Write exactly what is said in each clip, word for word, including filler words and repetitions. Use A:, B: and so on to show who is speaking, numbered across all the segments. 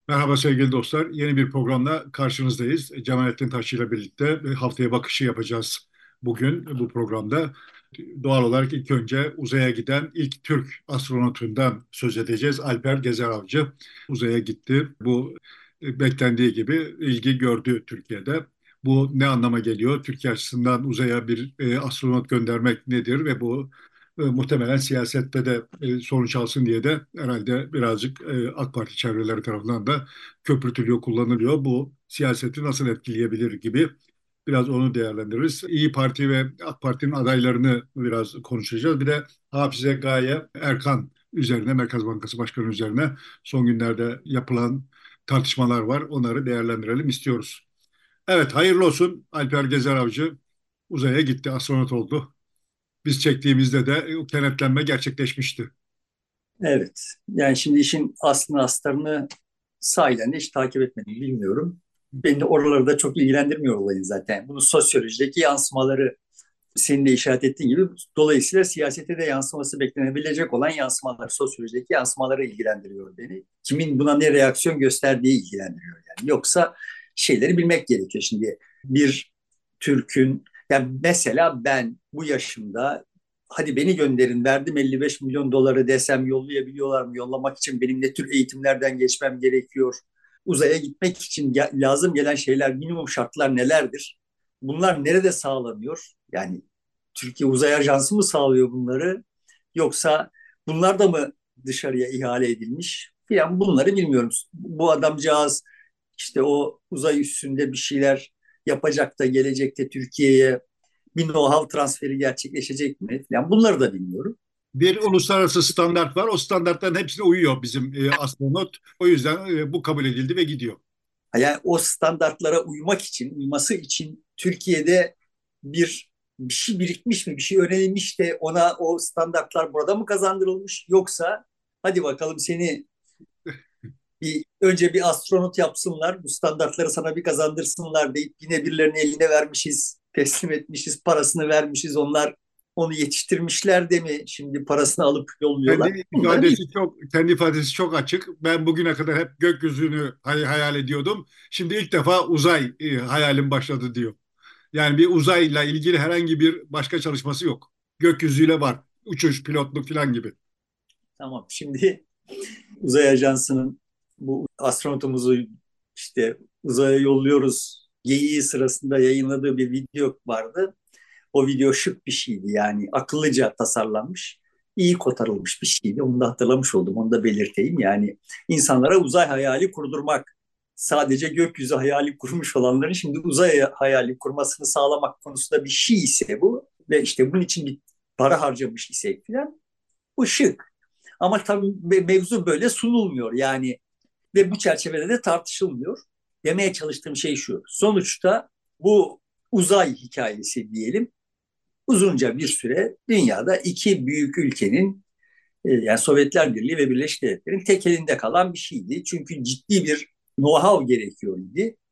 A: Merhaba sevgili dostlar. Yeni bir programla karşınızdayız. Cemalettin Taşçı ile birlikte haftaya bakışı yapacağız bugün bu programda. Doğal olarak ilk önce uzaya giden ilk Türk astronotundan söz edeceğiz. Alper Gezer uzaya gitti. Bu e, beklendiği gibi ilgi gördü Türkiye'de. Bu ne anlama geliyor? Türkiye açısından uzaya bir e, astronot göndermek nedir ve bu e, muhtemelen siyasette de e, sonuç alsın diye de herhalde birazcık e, AK Parti çevreleri tarafından da köpürtülüyor, kullanılıyor. Bu siyaseti nasıl etkileyebilir gibi biraz onu değerlendiririz. İyi Parti ve AK Parti'nin adaylarını biraz konuşacağız. Bir de Hafize Gaye Erkan üzerine, Merkez Bankası Başkanı üzerine son günlerde yapılan tartışmalar var. Onları değerlendirelim istiyoruz. Evet, hayırlı olsun. Alper Gezer Avcı uzaya gitti, astronot oldu. Biz çektiğimizde de o kenetlenme gerçekleşmişti.
B: Evet. Yani şimdi işin aslını astarını sahiden de hiç takip etmedim bilmiyorum. Beni de oralarda çok ilgilendirmiyor olayın zaten. Bunun sosyolojideki yansımaları senin de işaret ettiğin gibi dolayısıyla siyasete de yansıması beklenebilecek olan yansımalar, sosyolojideki yansımaları ilgilendiriyor beni. Kimin buna ne reaksiyon gösterdiği ilgilendiriyor yani. Yoksa şeyleri bilmek gerekiyor. Şimdi bir Türk'ün yani mesela ben bu yaşımda hadi beni gönderin verdim elli beş milyon doları desem yollayabiliyorlar mı? Yollamak için benim ne tür eğitimlerden geçmem gerekiyor? Uzaya gitmek için lazım gelen şeyler, minimum şartlar nelerdir? Bunlar nerede sağlanıyor? Yani Türkiye Uzay Ajansı mı sağlıyor bunları? Yoksa bunlar da mı dışarıya ihale edilmiş? Yani bunları bilmiyorum. Bu adamcağız işte o uzay üstünde bir şeyler yapacak da gelecekte Türkiye'ye bir know-how transferi gerçekleşecek mi? Yani bunları da bilmiyorum.
A: Bir uluslararası standart var. O standartların hepsine uyuyor bizim e, astronot. O yüzden e, bu kabul edildi ve gidiyor.
B: Yani o standartlara uymak için, uyması için Türkiye'de bir bir şey birikmiş mi, bir şey öğrenilmiş de ona o standartlar burada mı kazandırılmış yoksa hadi bakalım seni bir önce bir astronot yapsınlar, bu standartları sana bir kazandırsınlar deyip yine birilerinin eline vermişiz, teslim etmişiz, parasını vermişiz, onlar onu yetiştirmişler de mi şimdi parasını alıp yolluyorlar?
A: Kendi
B: Bunları bil.
A: ifadesi çok kendi ifadesi çok açık. Ben bugüne kadar hep gökyüzünü hay- hayal ediyordum. Şimdi ilk defa uzay e, hayalim başladı diyor. Yani bir uzayla ilgili herhangi bir başka çalışması yok. Gökyüzüyle var. Uçuş, pilotluk falan gibi.
B: Tamam, şimdi uzay ajansının bu astronotumuzu işte uzaya yolluyoruz geyiği sırasında yayınladığı bir video vardı. O video şık bir şeydi yani akıllıca tasarlanmış, iyi kotarılmış bir şeydi. Onu da hatırlamış oldum, onu da belirteyim. Yani insanlara uzay hayali kurdurmak, sadece gökyüzü hayali kurmuş olanların şimdi uzay hayali kurmasını sağlamak konusunda bir şey ise bu ve işte bunun için bir para harcamış ise falan bu şık. Ama tabii mevzu böyle sunulmuyor yani ve bu çerçevede de tartışılmıyor. Demeye çalıştığım şey şu. Sonuçta bu uzay hikayesi diyelim uzunca bir süre dünyada iki büyük ülkenin e, yani Sovyetler Birliği ve Birleşik Devletler'in tek elinde kalan bir şeydi. Çünkü ciddi bir know-how gerekiyordu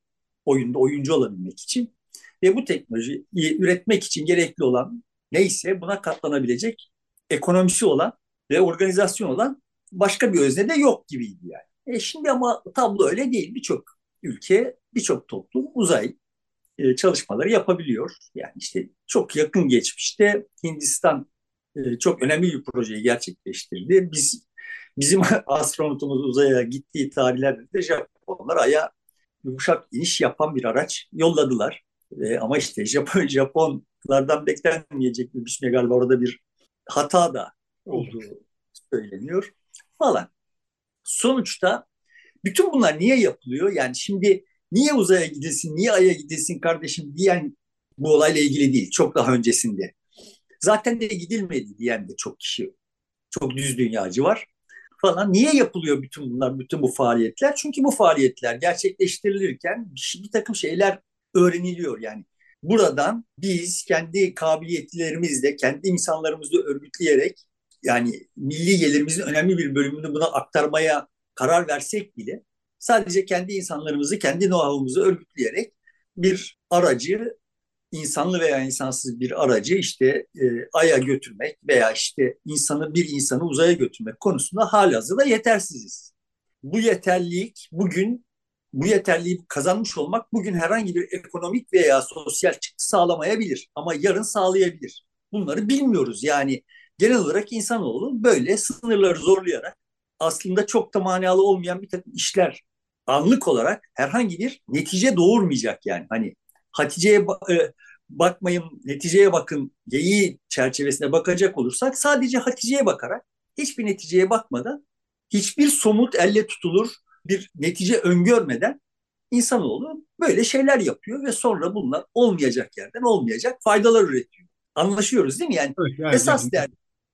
B: oyunda oyuncu olabilmek için. Ve bu teknolojiyi üretmek için gerekli olan neyse buna katlanabilecek ekonomisi olan ve organizasyon olan başka bir özne de yok gibiydi yani. E şimdi ama tablo öyle değil. Birçok ülke, birçok toplum uzay e, çalışmaları yapabiliyor. Yani işte çok yakın geçmişte Hindistan e, çok önemli bir projeyi gerçekleştirdi. Biz bizim astronotumuz uzaya gittiği tarihlerde de Japonlar Ay'a yumuşak iniş yapan bir araç yolladılar. E, ama işte Japon Japonlardan beklenmeyecek bir biçimde galiba orada bir hata da olduğu
A: Olmuş.
B: söyleniyor falan. Sonuçta bütün bunlar niye yapılıyor? Yani şimdi niye uzaya gidilsin, niye Ay'a gidilsin kardeşim diyen bu olayla ilgili değil. Çok daha öncesinde. Zaten de gidilmedi diyen de çok kişi, çok düz dünyacı var falan. Niye yapılıyor bütün bunlar, bütün bu faaliyetler? Çünkü bu faaliyetler gerçekleştirilirken bir, bir takım şeyler öğreniliyor yani. Buradan biz kendi kabiliyetlerimizle, kendi insanlarımızı örgütleyerek yani milli gelirimizin önemli bir bölümünü buna aktarmaya karar versek bile sadece kendi insanlarımızı, kendi know-how'umuzu örgütleyerek bir aracı insanlı veya insansız bir aracı işte e, Ay'a götürmek veya işte insanı bir insanı uzaya götürmek konusunda halihazırda yetersiziz. bu yeterlilik bugün bu yeterliği kazanmış olmak bugün herhangi bir ekonomik veya sosyal çıktı sağlamayabilir ama yarın sağlayabilir. Bunları bilmiyoruz. Yani genel olarak insanoğlu böyle sınırları zorlayarak aslında çok da manalı olmayan bir takım işler anlık olarak herhangi bir netice doğurmayacak yani. Hani Hatice'ye e, bakmayın, neticeye bakın geyiği çerçevesine bakacak olursak sadece Hatice'ye bakarak hiçbir neticeye bakmadan hiçbir somut elle tutulur bir netice öngörmeden insanoğlu böyle şeyler yapıyor ve sonra bunlar olmayacak yerden olmayacak faydalar üretiyor. Anlaşıyoruz değil mi? Yani
A: Evet, evet,
B: esas
A: yani
B: der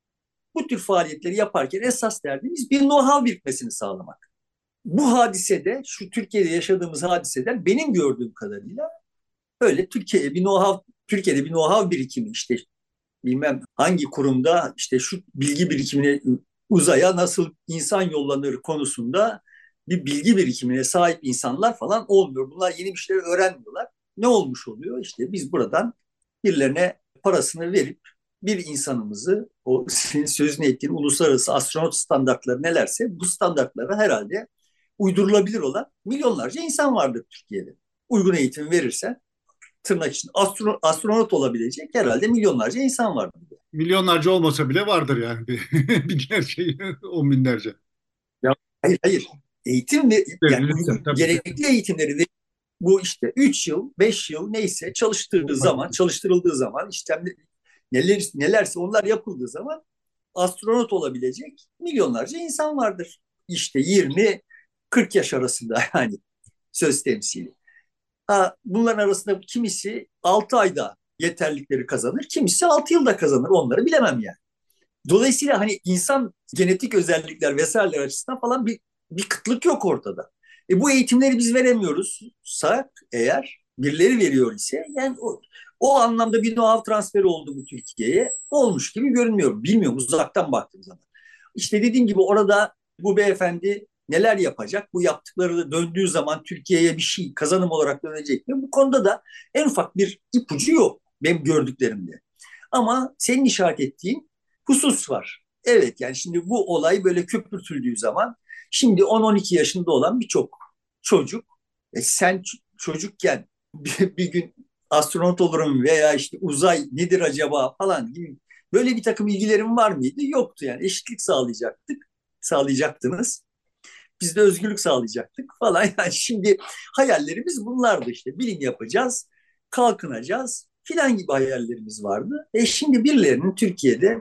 B: bu tür faaliyetleri yaparken esas derdimiz bir know-how birikmesini sağlamak. Bu hadisede, şu Türkiye'de yaşadığımız hadiseden benim gördüğüm kadarıyla böyle Türkiye'ye bir know-how, Türkiye'de bir know-how birikimi işte bilmem hangi kurumda işte şu bilgi birikimine uzaya nasıl insan yollanır konusunda bir bilgi birikimine sahip insanlar falan olmuyor. Bunlar yeni bir şeyler öğrenmiyorlar. Ne olmuş oluyor? İşte biz buradan birilerine parasını verip bir insanımızı o senin sözünü ettiğin uluslararası astronot standartları nelerse bu standartlara herhalde uydurulabilir olan milyonlarca insan vardır Türkiye'de. Uygun eğitim verirsen tırnak için astro, astronot olabilecek herhalde milyonlarca insan var.
A: milyonlarca olmasa bile vardır yani binlerce, on binlerce.
B: Ya, hayır hayır. Eğitim ve yani
A: Verilirse
B: uygun
A: tabii ki.
B: gerekli eğitimleri ve bu işte üç yıl, beş yıl neyse çalıştırdığı zaman, çalıştırıldığı zaman işte neler nelerse onlar yapıldığı zaman astronot olabilecek milyonlarca insan vardır. İşte yirmi kırk yaş arasında yani söz temsili. Ha, bunların arasında kimisi altı ayda yeterlikleri kazanır, kimisi altı yılda kazanır. Onları bilemem yani. Dolayısıyla hani insan genetik özellikler vesaireler açısından falan bir, bir kıtlık yok ortada. E bu eğitimleri biz veremiyoruzsa eğer birileri veriyor ise yani o, o anlamda bir know-how transferi oldu bu Türkiye'ye olmuş gibi görünmüyor. Bilmiyorum uzaktan baktığım zaman. İşte dediğim gibi orada bu beyefendi neler yapacak? Bu yaptıkları döndüğü zaman Türkiye'ye bir şey kazanım olarak dönecek mi? Bu konuda da en ufak bir ipucu yok benim gördüklerimde. Ama senin işaret ettiğin husus var. Evet yani şimdi bu olay böyle köpürtüldüğü zaman şimdi on on iki yaşında olan birçok çocuk e sen ç- çocukken bir, bir gün astronot olurum veya işte uzay nedir acaba falan gibi böyle bir takım ilgilerim var mıydı? Yoktu yani eşitlik sağlayacaktık, sağlayacaktınız. Biz de özgürlük sağlayacaktık falan. Yani şimdi hayallerimiz bunlardı işte. Bilim yapacağız, kalkınacağız filan gibi hayallerimiz vardı. E şimdi birilerinin Türkiye'de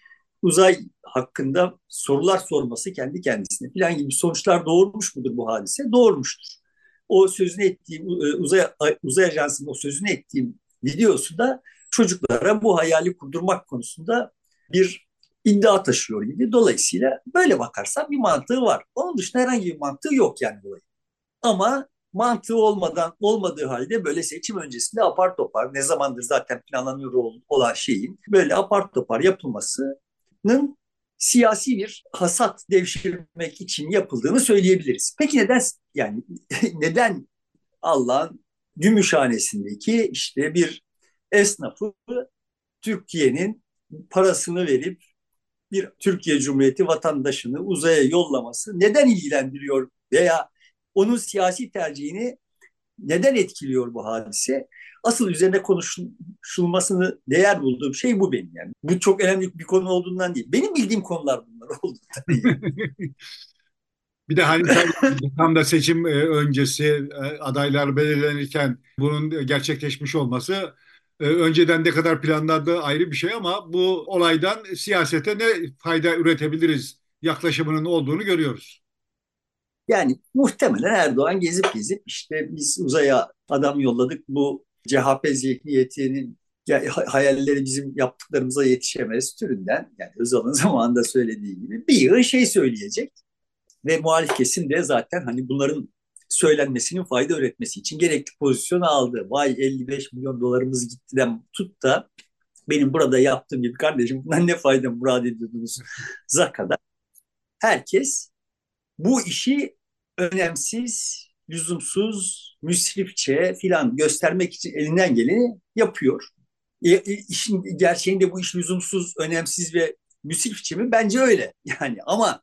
B: uzay hakkında sorular sorması kendi kendisine filan gibi sonuçlar doğurmuş mudur bu hadise? Doğurmuştur. O sözünü ettiğim uzay, uzay ajansının o sözünü ettiğim videosu da çocuklara bu hayali kurdurmak konusunda bir iddia taşıyor gibi. Dolayısıyla böyle bakarsan bir mantığı var. Onun dışında herhangi bir mantığı yok yani bu. Ama mantığı olmadan olmadığı halde böyle seçim öncesinde apar topar ne zamandır zaten planlanıyor olan şeyin böyle apar topar yapılmasının siyasi bir hasat devşirmek için yapıldığını söyleyebiliriz. Peki neden yani neden Allah'ın Gümüşhanesi'ndeki işte bir esnafı Türkiye'nin parasını verip bir Türkiye Cumhuriyeti vatandaşını uzaya yollaması neden ilgilendiriyor veya onun siyasi tercihini neden etkiliyor bu hadise? Asıl üzerine konuşulmasını değer bulduğum şey bu benim yani. Bu çok önemli bir konu olduğundan değil. Benim bildiğim konular bunlar olduğundan değil.
A: Bir de hani tabii tam da seçim e, öncesi e, adaylar belirlenirken bunun gerçekleşmiş olması e, önceden ne kadar planlandığı ayrı bir şey ama bu olaydan siyasete ne fayda üretebiliriz yaklaşımının olduğunu görüyoruz.
B: Yani muhtemelen Erdoğan gezip gezip işte biz uzaya adam yolladık bu C H P zihniyetinin ya, hayalleri bizim yaptıklarımıza yetişemez türünden yani Özal'ın zamanında söylediği gibi bir yığın şey söyleyecek. Ve muhalif kesim de zaten hani bunların söylenmesinin fayda üretmesi için gerekli pozisyonu aldı. Vay elli beş milyon dolarımız gittiden tut da benim burada yaptığım gibi kardeşim bundan ne fayda murad ediyordunuz zakada. Herkes bu işi önemsiz, lüzumsuz, müsrifçe filan göstermek için elinden geleni yapıyor. E, e, işin gerçeğinde bu iş lüzumsuz, önemsiz ve müsrifçe mi? Bence öyle. Yani ama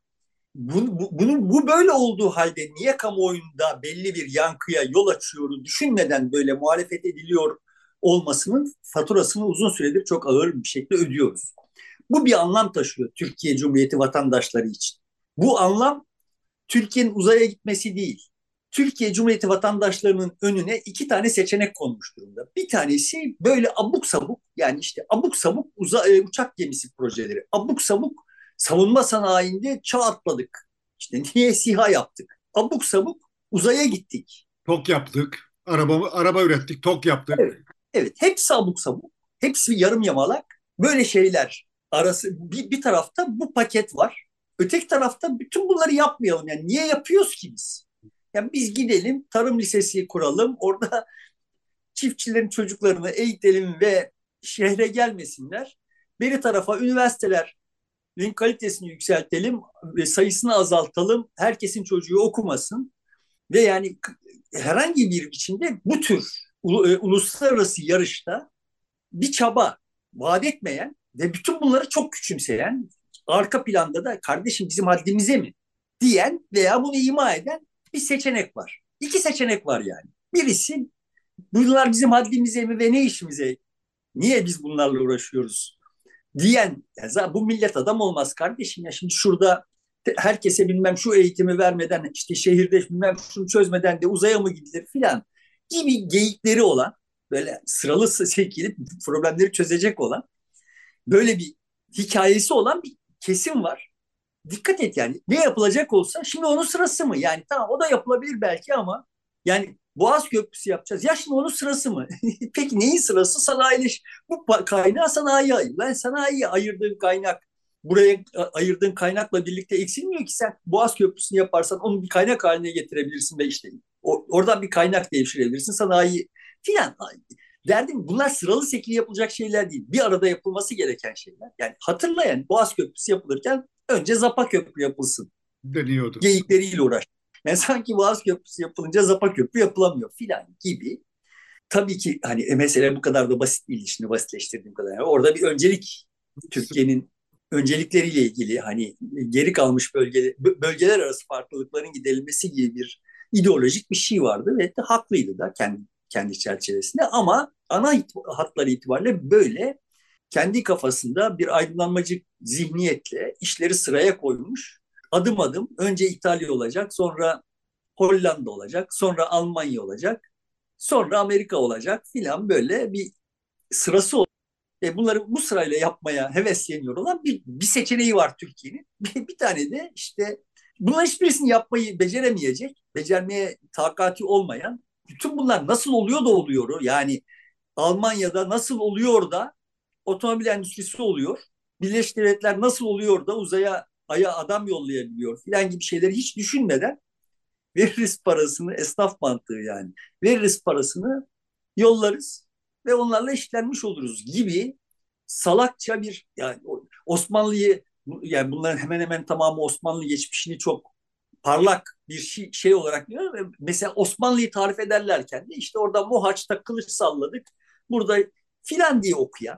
B: Bu, bu, bunun, bu böyle olduğu halde niye kamuoyunda belli bir yankıya yol açıyoru düşünmeden böyle muhalefet ediliyor olmasının faturasını uzun süredir çok ağır bir şekilde ödüyoruz. Bu bir anlam taşıyor Türkiye Cumhuriyeti vatandaşları için. Bu anlam Türkiye'nin uzaya gitmesi değil. Türkiye Cumhuriyeti vatandaşlarının önüne iki tane seçenek konmuş durumda. Bir tanesi böyle abuk sabuk, yani işte abuk sabuk uza, e, uçak gemisi projeleri. Abuk sabuk savunma sanayinde çağ atladık. İşte niye SİHA yaptık? Abuk sabuk uzaya gittik.
A: Tok yaptık. Araba, araba ürettik, tok yaptık.
B: Evet. Evet, hepsi abuk sabuk. Hepsi yarım yamalak. Böyle şeyler arası bir, bir tarafta bu paket var. Öteki tarafta bütün bunları yapmayalım. Yani niye yapıyoruz ki biz? Yani biz gidelim, tarım lisesi kuralım. Orada çiftçilerin çocuklarını eğitelim ve şehre gelmesinler. Bir tarafa üniversitelerin kalitesini yükseltelim ve sayısını azaltalım. Herkesin çocuğu okumasın. Ve yani herhangi bir biçimde bu tür uluslararası yarışta bir çaba vaat etmeyen ve bütün bunları çok küçümseyen, arka planda da kardeşim bizim haddimize mi diyen veya bunu ima eden bir seçenek var. İki seçenek var yani. Birisi bunlar bizim haddimize mi ve ne işimize, niye biz bunlarla uğraşıyoruz diyen, ya bu millet adam olmaz kardeşim, ya şimdi şurada herkese bilmem şu eğitimi vermeden, işte şehirde bilmem şunu çözmeden de uzaya mı gidilir filan gibi geyikleri olan, böyle sıralı şekilde problemleri çözecek olan, böyle bir hikayesi olan bir kesim var. Dikkat et yani, ne yapılacak olsa şimdi onun sırası mı? Yani tamam, o da yapılabilir belki ama yani Boğaz Köprüsü yapacağız. Ya şimdi onun sırası mı? Peki neyin sırası? Sanayileş. Bu kaynağı sanayiye ayır. Ben sanayiye ayırdığım kaynak, buraya ayırdığın kaynakla birlikte eksilmiyor ki. Sen Boğaz Köprüsü'nü yaparsan onu bir kaynak haline getirebilirsin ve işte oradan bir kaynak devşirebilirsin. Sanayi filan. Derdim, bunlar sıralı şekilde yapılacak şeyler değil. Bir arada yapılması gereken şeyler. Yani hatırlayın, Boğaz Köprüsü yapılırken önce Zapa Köprü yapılsın
A: Deniyordu.
B: geyikleriyle uğraş. Yani sanki Boğaz Köprüsü yapılınca Zapa Köprü yapılamıyor filan gibi. Tabii ki hani e, mesele bu kadar da basit değil, işini basitleştirdiğim kadar. Yani orada bir öncelik, Türkiye'nin öncelikleriyle ilgili hani geri kalmış bölge, bölgeler arası farklılıkların giderilmesi gibi bir ideolojik bir şey vardı ve de haklıydı da kendi kendi çerçevesinde, ama ana hatları itibariyle böyle kendi kafasında bir aydınlanmacı zihniyetle işleri sıraya koymuş. Adım adım önce İtalya olacak, sonra Hollanda olacak, sonra Almanya olacak, sonra Amerika olacak filan, böyle bir sırası olacak. E bunları bu sırayla yapmaya hevesleniyor olan bir, bir seçeneği var Türkiye'nin. Bir, bir tane de işte bunların hiçbirisini yapmayı beceremeyecek, becermeye takati olmayan, bütün bunlar nasıl oluyor da oluyor. Yani Almanya'da nasıl oluyor da otomobil endüstrisi oluyor. Birleşik Devletler nasıl oluyor da uzaya, aya adam yollayabiliyor filan gibi şeyleri hiç düşünmeden veririz parasını, esnaf mantığı yani. Veririz parasını, yollarız ve onlarla işlenmiş oluruz gibi salakça bir, yani Osmanlı'yı, yani bunların hemen hemen tamamı Osmanlı geçmişini çok parlak bir şey, şey olarak diyor. Ve mesela Osmanlı'yı tarif ederlerken de işte orada Mohaç'ta kılıç salladık, burada filan diye okuyan,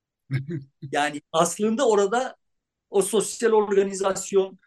B: yani aslında orada o sosyal organizasyon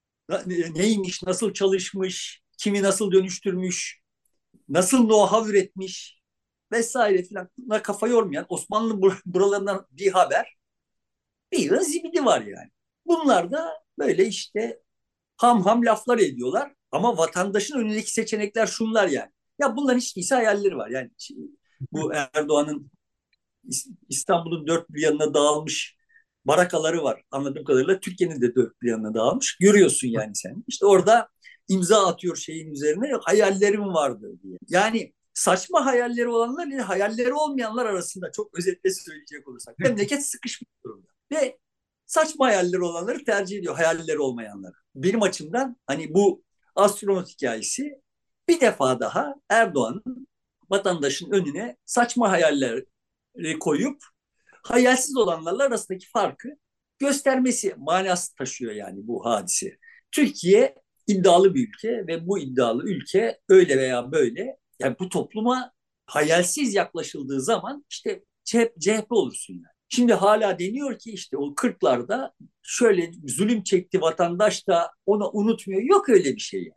B: neymiş, nasıl çalışmış, kimi nasıl dönüştürmüş, nasıl know-how üretmiş vesaire filan, bunlar kafa yormayan, Osmanlı buralarından bir haber, bir yığın zibidi var yani. Bunlar da böyle işte ham ham laflar ediyorlar ama vatandaşın önündeki seçenekler şunlar yani. Ya bunların hiç değilse hayalleri var. Yani bu Erdoğan'ın İstanbul'un dört bir yanına dağılmış barakaları var. Anladığım kadarıyla Türkiye'nin de dört bir yanına dağılmış. Görüyorsun yani sen. İşte orada imza atıyor şeyin üzerine, hayallerim vardı diye. Yani saçma hayalleri olanlar ile hayalleri olmayanlar arasında, çok özetle söyleyecek olursak, memleket sıkışmış durumda. Ve saçma hayalleri olanları tercih ediyor, hayalleri olmayanları. Benim açımdan hani bu astronot hikayesi bir defa daha Erdoğan'ın vatandaşın önüne saçma hayaller koyup hayalsiz olanlarla arasındaki farkı göstermesi manası taşıyor yani bu hadise. Türkiye iddialı bir ülke ve bu iddialı ülke öyle veya böyle, yani bu topluma hayalsiz yaklaşıldığı zaman işte C H P olursun yani. Şimdi hala deniyor ki işte o kırklarda şöyle zulüm çekti vatandaş da onu unutmuyor. Yok öyle bir şey yani.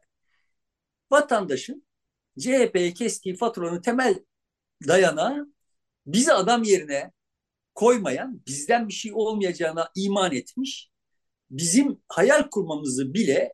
B: Vatandaşın C H P'ye kestiği faturanın temel dayanağı bizi adam yerine koymayan, bizden bir şey olmayacağına iman etmiş, bizim hayal kurmamızı bile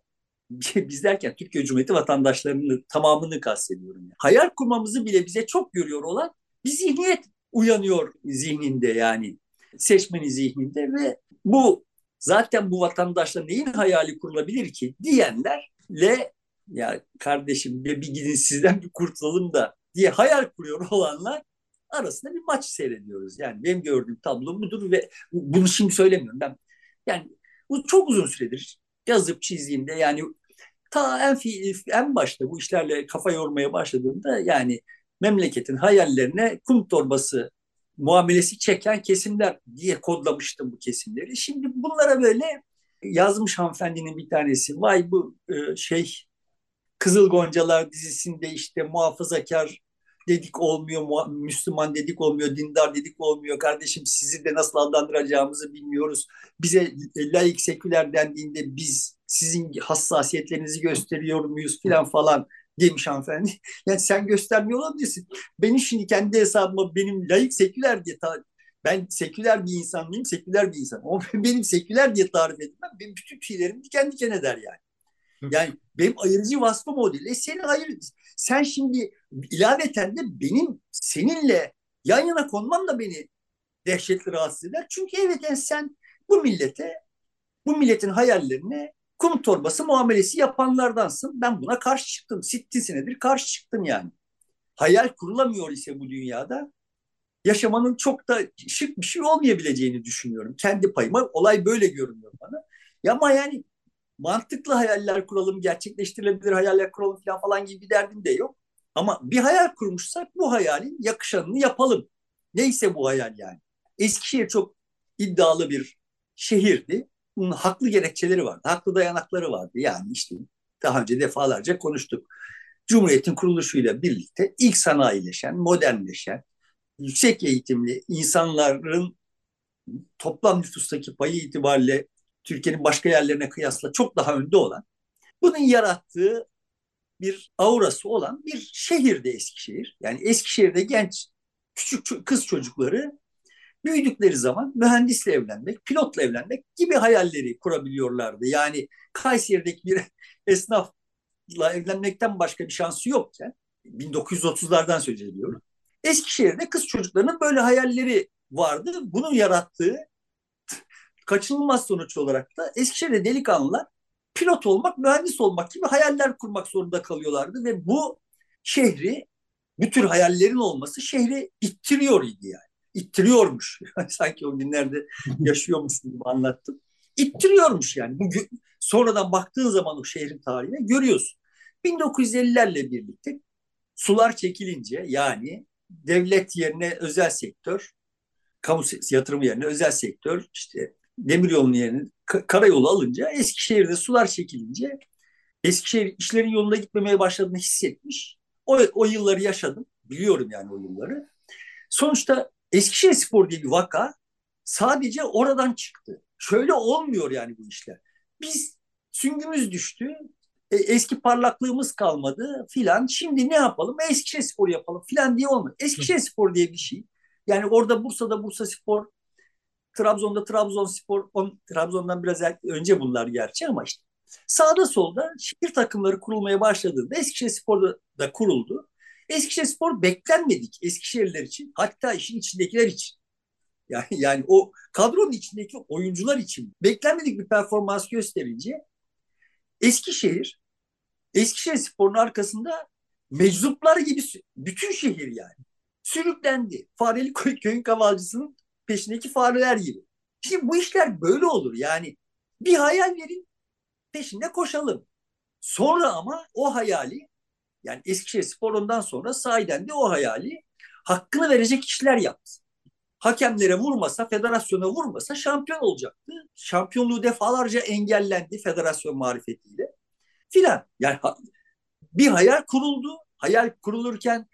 B: biz derken Türkiye Cumhuriyeti vatandaşlarının tamamını kastediyorum. Yani. Hayal kurmamızı bile bize çok görüyor olan bir zihniyet uyanıyor zihninde yani seçmenin zihninde ve bu zaten bu vatandaşla neyin hayali kurulabilir ki diyenlerle ya kardeşim bir, bir gidin sizden bir kurtulalım da diye hayal kuruyor olanlar arasında bir maç seyrediyoruz. Yani benim gördüğüm tablo budur ve bunu şimdi söylemiyorum ben. Yani bu çok uzun süredir yazıp çizdiğimde yani ta en, fi, en başta bu işlerle kafa yormaya başladığımda yani memleketin hayallerine kum torbası muamelesi çeken kesimler diye kodlamıştım bu kesimleri. Şimdi bunlara böyle yazmış hanımefendinin bir tanesi. Vay bu e, şey Kızıl Goncalar dizisinde işte muhafazakar dedik olmuyor, Müslüman dedik olmuyor, dindar dedik olmuyor. Kardeşim sizi de nasıl adlandıracağımızı bilmiyoruz. Bize laik seküler dendiğinde biz sizin hassasiyetlerinizi gösteriyor muyuz falan falan demiş hanımefendi. Yani sen göstermiyor olabilirsin. Benim şimdi kendi hesabıma benim laik seküler diye ta- ben seküler bir insan mıyım? Seküler bir insan. Ama benim seküler diye tarif etmem benim bütün tüylerim diken diken eder yani. Yani benim ayırıcı vasfım o değil. E senin hayır, sen şimdi ilaveten de benim seninle yan yana konman da beni dehşetli rahatsız eder. Çünkü evet yani sen bu millete, bu milletin hayallerine kum torbası muamelesi yapanlardansın. Ben buna karşı çıktım. Sitti senedir karşı çıktım yani. Hayal kurulamıyor ise bu dünyada yaşamanın çok da şık bir şey olmayabileceğini düşünüyorum. Kendi payıma olay böyle görünüyor bana. Ya ama yani mantıklı hayaller kuralım, gerçekleştirilebilir hayaller kuralım falan falan gibi bir derdim de yok. Ama bir hayal kurmuşsak bu hayalin yakışanını yapalım. Neyse bu hayal yani. Eskişehir çok iddialı bir şehirdi. Bunun haklı gerekçeleri vardı, haklı dayanakları vardı. Yani işte daha önce defalarca konuştuk. Cumhuriyet'in kuruluşuyla birlikte ilk sanayileşen, modernleşen, yüksek eğitimli insanların toplam nüfustaki payı itibariyle Türkiye'nin başka yerlerine kıyasla çok daha önde olan, bunun yarattığı bir aurası olan bir şehirde Eskişehir. Yani Eskişehir'de genç küçük kız çocukları büyüdükleri zaman mühendisle evlenmek, pilotla evlenmek gibi hayalleri kurabiliyorlardı. Yani Kayseri'deki bir esnafla evlenmekten başka bir şansı yokken bin dokuz yüz otuzlardan söz ediyorum. Eskişehir'de kız çocuklarının böyle hayalleri vardı. Bunun yarattığı kaçınılmaz sonuç olarak da Eskişehir'de delikanlılar pilot olmak, mühendis olmak gibi hayaller kurmak zorunda kalıyorlardı ve bu şehri, bu tür hayallerin olması şehri ittiriyor idi yani. İttiriyormuş. Sanki o günlerde yaşıyormuşsun gibi anlattım. İttiriyormuş yani. Bu sonradan baktığın zaman o şehrin tarihine görüyorsun. bin dokuz yüz ellilerle birlikte sular çekilince yani devlet yerine özel sektör, kamu yatırımı yerine özel sektör işte demiryolunun yerine karayolu alınca Eskişehir'de sular çekilince Eskişehir işlerin yoluna gitmemeye başladığını hissetmiş. O, o yılları yaşadım. Biliyorum yani o yılları. Sonuçta Eskişehirspor diye bir vaka sadece oradan çıktı. Şöyle olmuyor yani bu işler. Biz süngümüz düştü. E, eski parlaklığımız kalmadı filan. Şimdi ne yapalım? Eskişehirspor yapalım filan diye olmuyor. Eskişehirspor diye bir şey. Yani orada Bursa'da Bursaspor, Trabzon'da Trabzonspor, on, Trabzon'dan biraz önce bunlar gerçi ama işte sağda solda şehir takımları kurulmaya başladığında Eskişehirspor da kuruldu. Eskişehirspor beklenmedik Eskişehirliler için, hatta işin içindekiler için. Yani, yani o kadronun içindeki oyuncular için beklenmedik bir performans gösterince Eskişehir, Eskişehirspor'un arkasında meczuplar gibi bütün şehir yani sürüklendi. Fareli köyün kavalcısının peşindeki fareler gibi. Şimdi bu işler böyle olur. Yani bir hayal verin, peşinde koşalım. Sonra ama o hayali yani Eskişehirspor ondan sonra sahiden de o hayali hakkını verecek işler yaptı. Hakemlere vurmasa, federasyona vurmasa şampiyon olacaktı. Şampiyonluğu defalarca engellendi federasyon marifetiyle filan. Yani bir hayal kuruldu. Hayal kurulurken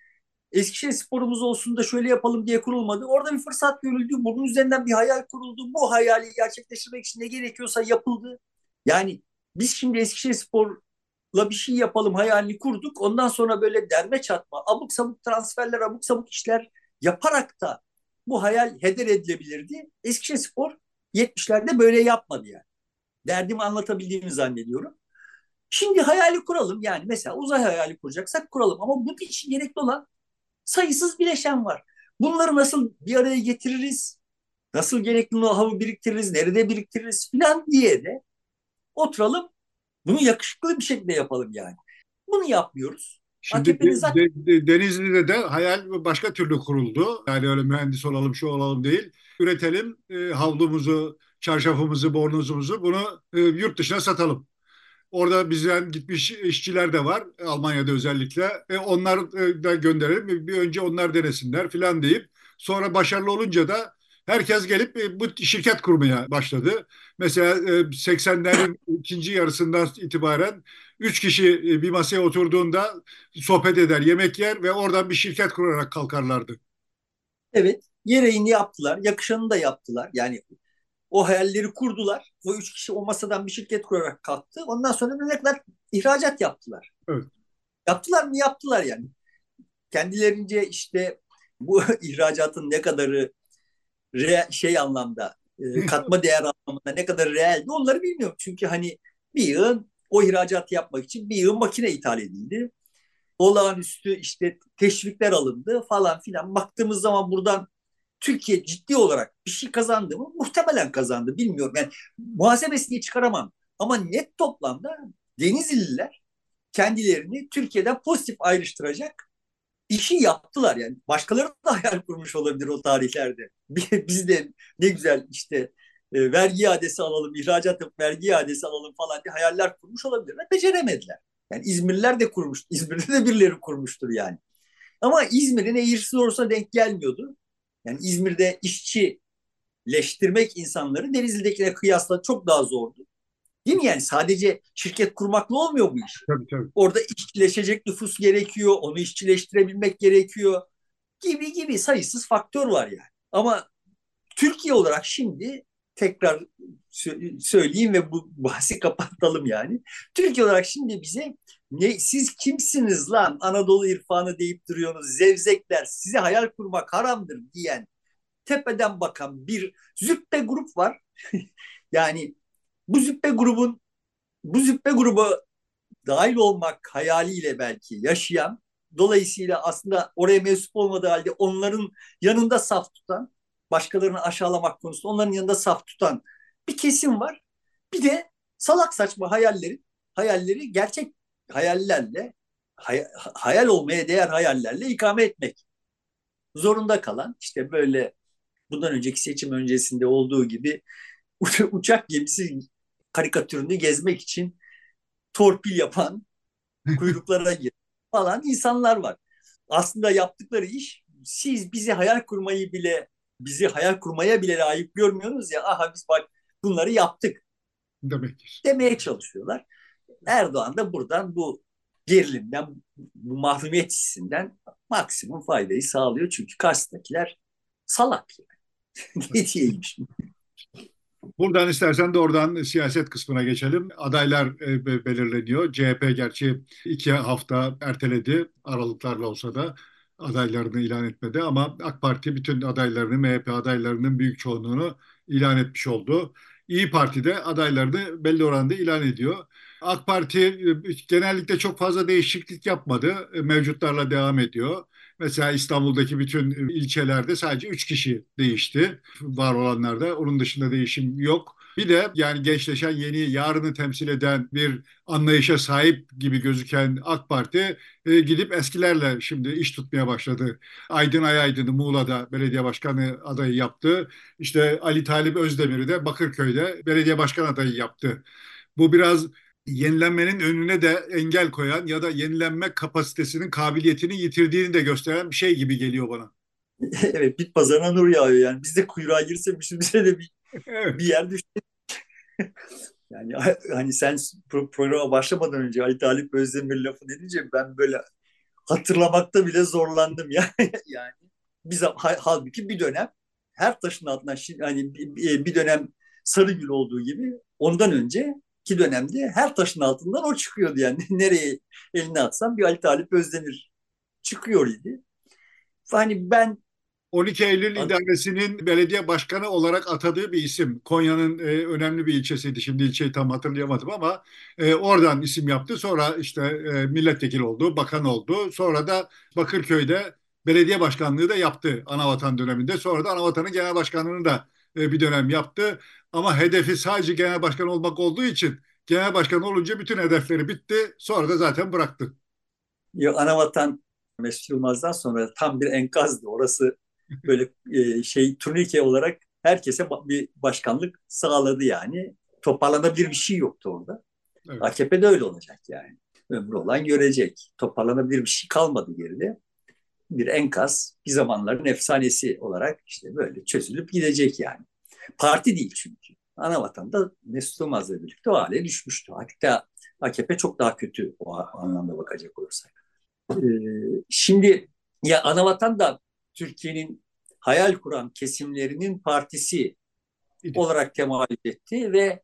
B: Eskişehir sporumuz olsun da şöyle yapalım diye kurulmadı. Orada bir fırsat görüldü. Bunun üzerinden bir hayal kuruldu. Bu hayali gerçekleştirmek için ne gerekiyorsa yapıldı. Yani biz şimdi Eskişehir Spor'la bir şey yapalım hayalini kurduk. Ondan sonra böyle derme çatma, abuk sabuk transferler, abuk sabuk işler yaparak da bu hayal heder edilebilirdi. Eskişehir Spor yetmişlerde böyle yapmadı yani. Derdimi anlatabildiğimi zannediyorum. Şimdi hayali kuralım. Yani mesela uzay hayali kuracaksak kuralım. Ama bunun için gerekli olan sayısız bileşen var. Bunları nasıl bir araya getiririz? Nasıl gerekli know-how'u biriktiririz? Nerede biriktiririz filan diye de oturalım. Bunu yakışıklı bir şekilde yapalım yani. Bunu yapmıyoruz.
A: Şimdi de-
B: A K P'nin zaten
A: de- de- Denizli'de de hayal başka türlü kuruldu. Yani öyle mühendis olalım, şu olalım değil. Üretelim, e, havlumuzu, çarşafımızı, bornozumuzu bunu e, yurt dışına satalım. Orada bizden gitmiş işçiler de var Almanya'da özellikle. E, onlar e, da gönderelim. Bir önce onlar denesinler filan deyip sonra başarılı olunca da herkes gelip e, bu şirket kurmaya başladı. Mesela e, seksenlerin ikinci yarısından itibaren üç kişi e, bir masaya oturduğunda sohbet eder, yemek yer ve oradan bir şirket kurarak kalkarlardı.
B: evet gereğini yaptılar. Yakışanı da yaptılar. Yani o hayalleri kurdular. O üç kişi o masadan bir şirket kurarak kalktı. Ondan sonra ne kadar ihracat yaptılar.
A: Evet.
B: Yaptılar mı? Yaptılar yani. Kendilerince işte bu ihracatın ne kadarı re, şey anlamda e, katma değer anlamında ne kadar realdi onları bilmiyorum. Çünkü hani bir yığın o ihracatı yapmak için bir yığın makine ithal edildi. Olağanüstü işte teşvikler alındı falan filan. Baktığımız zaman buradan Türkiye ciddi olarak bir şey kazandı mı? Muhtemelen kazandı. Bilmiyorum. Yani muhasebesini çıkaramam. Ama net toplamda Denizliler kendilerini Türkiye'den pozitif ayrıştıracak işi yaptılar yani. Başkaları da hayal kurmuş olabilir o tarihlerde. Biz de ne güzel işte e, vergi iadesi alalım, ihracat yapıp vergi iadesi alalım falan diye hayaller kurmuş olabilirler. Beceremediler. Yani İzmirliler de kurmuş. İzmir'de de birileri kurmuştur yani. Ama İzmir'in eğrisi doğrusuna denk gelmiyordu. Yani İzmir'de işçileştirmek insanları Denizli'dekine kıyasla çok daha zordu. Değil mi yani? Sadece şirket kurmakla olmuyor bu iş.
A: Tabii tabii.
B: Orada işçileşecek nüfus gerekiyor, onu işçileştirebilmek gerekiyor gibi gibi sayısız faktör var yani. Ama Türkiye olarak şimdi tekrar söyleyeyim ve bu bahsi kapatalım yani. Türkiye olarak şimdi bize ne, siz kimsiniz lan Anadolu irfanı deyip duruyorsunuz zevzekler size hayal kurmak haramdır diyen tepeden bakan bir züppe grup var. Yani bu züppe grubun bu züppe grubu dahil olmak hayaliyle belki yaşayan, dolayısıyla aslında oraya mensup olmadığı halde onların yanında saf tutan, başkalarını aşağılamak konusunda onların yanında saf tutan bir kesim var. Bir de salak saçma hayalleri, hayalleri gerçek hayallerle, hay- hayal olmaya değer hayallerle ikame etmek zorunda kalan, işte böyle bundan önceki seçim öncesinde olduğu gibi uçak gemisi karikatürünü gezmek için torpil yapan, kuyruklara gir falan insanlar var. Aslında yaptıkları iş siz bizi hayal kurmayı bile bizi hayal kurmaya bile layık görmüyorsunuz ya aha biz bak bunları yaptık
A: Demektir.
B: demeye çalışıyorlar. Erdoğan da buradan bu gerilimden bu mahrumiyet hissinden maksimum faydayı sağlıyor. Çünkü karşısındakiler salak yani. Ne diyeyim şimdi?
A: Buradan istersen doğrudan siyaset kısmına geçelim. Adaylar e, be- belirleniyor. C H P gerçi iki hafta erteledi aralıklarla olsa da adaylarını ilan etmedi ama AK Parti bütün adaylarını, M H P adaylarının büyük çoğunluğunu ilan etmiş oldu. İyi Parti de adaylarını belli oranda ilan ediyor. AK Parti e, genellikle çok fazla değişiklik yapmadı. E, Mevcutlarla devam ediyor. Mesela İstanbul'daki bütün ilçelerde sadece üç kişi değişti. Var olanlarda. Onun dışında değişim yok. Bir de yani gençleşen yeni yarını temsil eden bir anlayışa sahip gibi gözüken AK Parti e, gidip eskilerle şimdi iş tutmaya başladı. Aydın Ayaydın'ı Muğla'da belediye başkanı adayı yaptı. İşte Ali Talip Özdemir'i de Bakırköy'de belediye başkan adayı yaptı. Bu biraz yenilenmenin önüne de engel koyan ya da yenilenme kapasitesinin kabiliyetini yitirdiğini de gösteren bir şey gibi geliyor bana.
B: Evet bit pazarına nur yağıyor yani. Biz de kuyruğa girsek bize de bir, bir
A: Evet.
B: yer düş. Yani hani sen pro- programa başlamadan önce Ali Talip Özdemir lafı dedince ben böyle hatırlamakta bile zorlandım yani. Yani biz halbuki bir dönem her taşın altından hani bir, bir dönem Sarıgül olduğu gibi ondan önce ki dönemde her taşın altından o çıkıyordu yani. Nereye elini atsam bir Ali Talip Özdemir çıkıyor idi. Hani ben
A: on iki Eylül İdaresi'nin belediye başkanı olarak atadığı bir isim. Konya'nın e, önemli bir ilçesiydi. Şimdi ilçeyi tam hatırlayamadım ama e, oradan isim yaptı. Sonra işte e, milletvekili oldu, bakan oldu. Sonra da Bakırköy'de belediye başkanlığı da yaptı Anavatan döneminde. Sonra da Anavatan'ın genel başkanlığını da e, bir dönem yaptı. Ama hedefi sadece genel başkan olmak olduğu için genel başkan olunca bütün hedefleri bitti. Sonra da zaten bıraktı.
B: ya, Anavatan Mesut Yılmaz'dan sonra tam bir enkazdı. Orası böyle e, şey turnike olarak herkese ba- bir başkanlık sağladı yani. Toparlanabilir bir şey yoktu orada.
A: Evet.
B: A K P'de öyle olacak yani. Ömrü olan görecek. Toparlanabilir bir şey kalmadı geride. Bir enkaz, bir zamanların efsanesi olarak işte böyle çözülüp gidecek yani. Parti değil çünkü. Anavatan da Mesut Yılmaz'la birlikte o hale düşmüştü. Hatta A K P çok daha kötü o anlamda bakacak olursak. Ee, Şimdi ya Anavatan da Türkiye'nin hayal kuran kesimlerinin partisi olarak temayül etti ve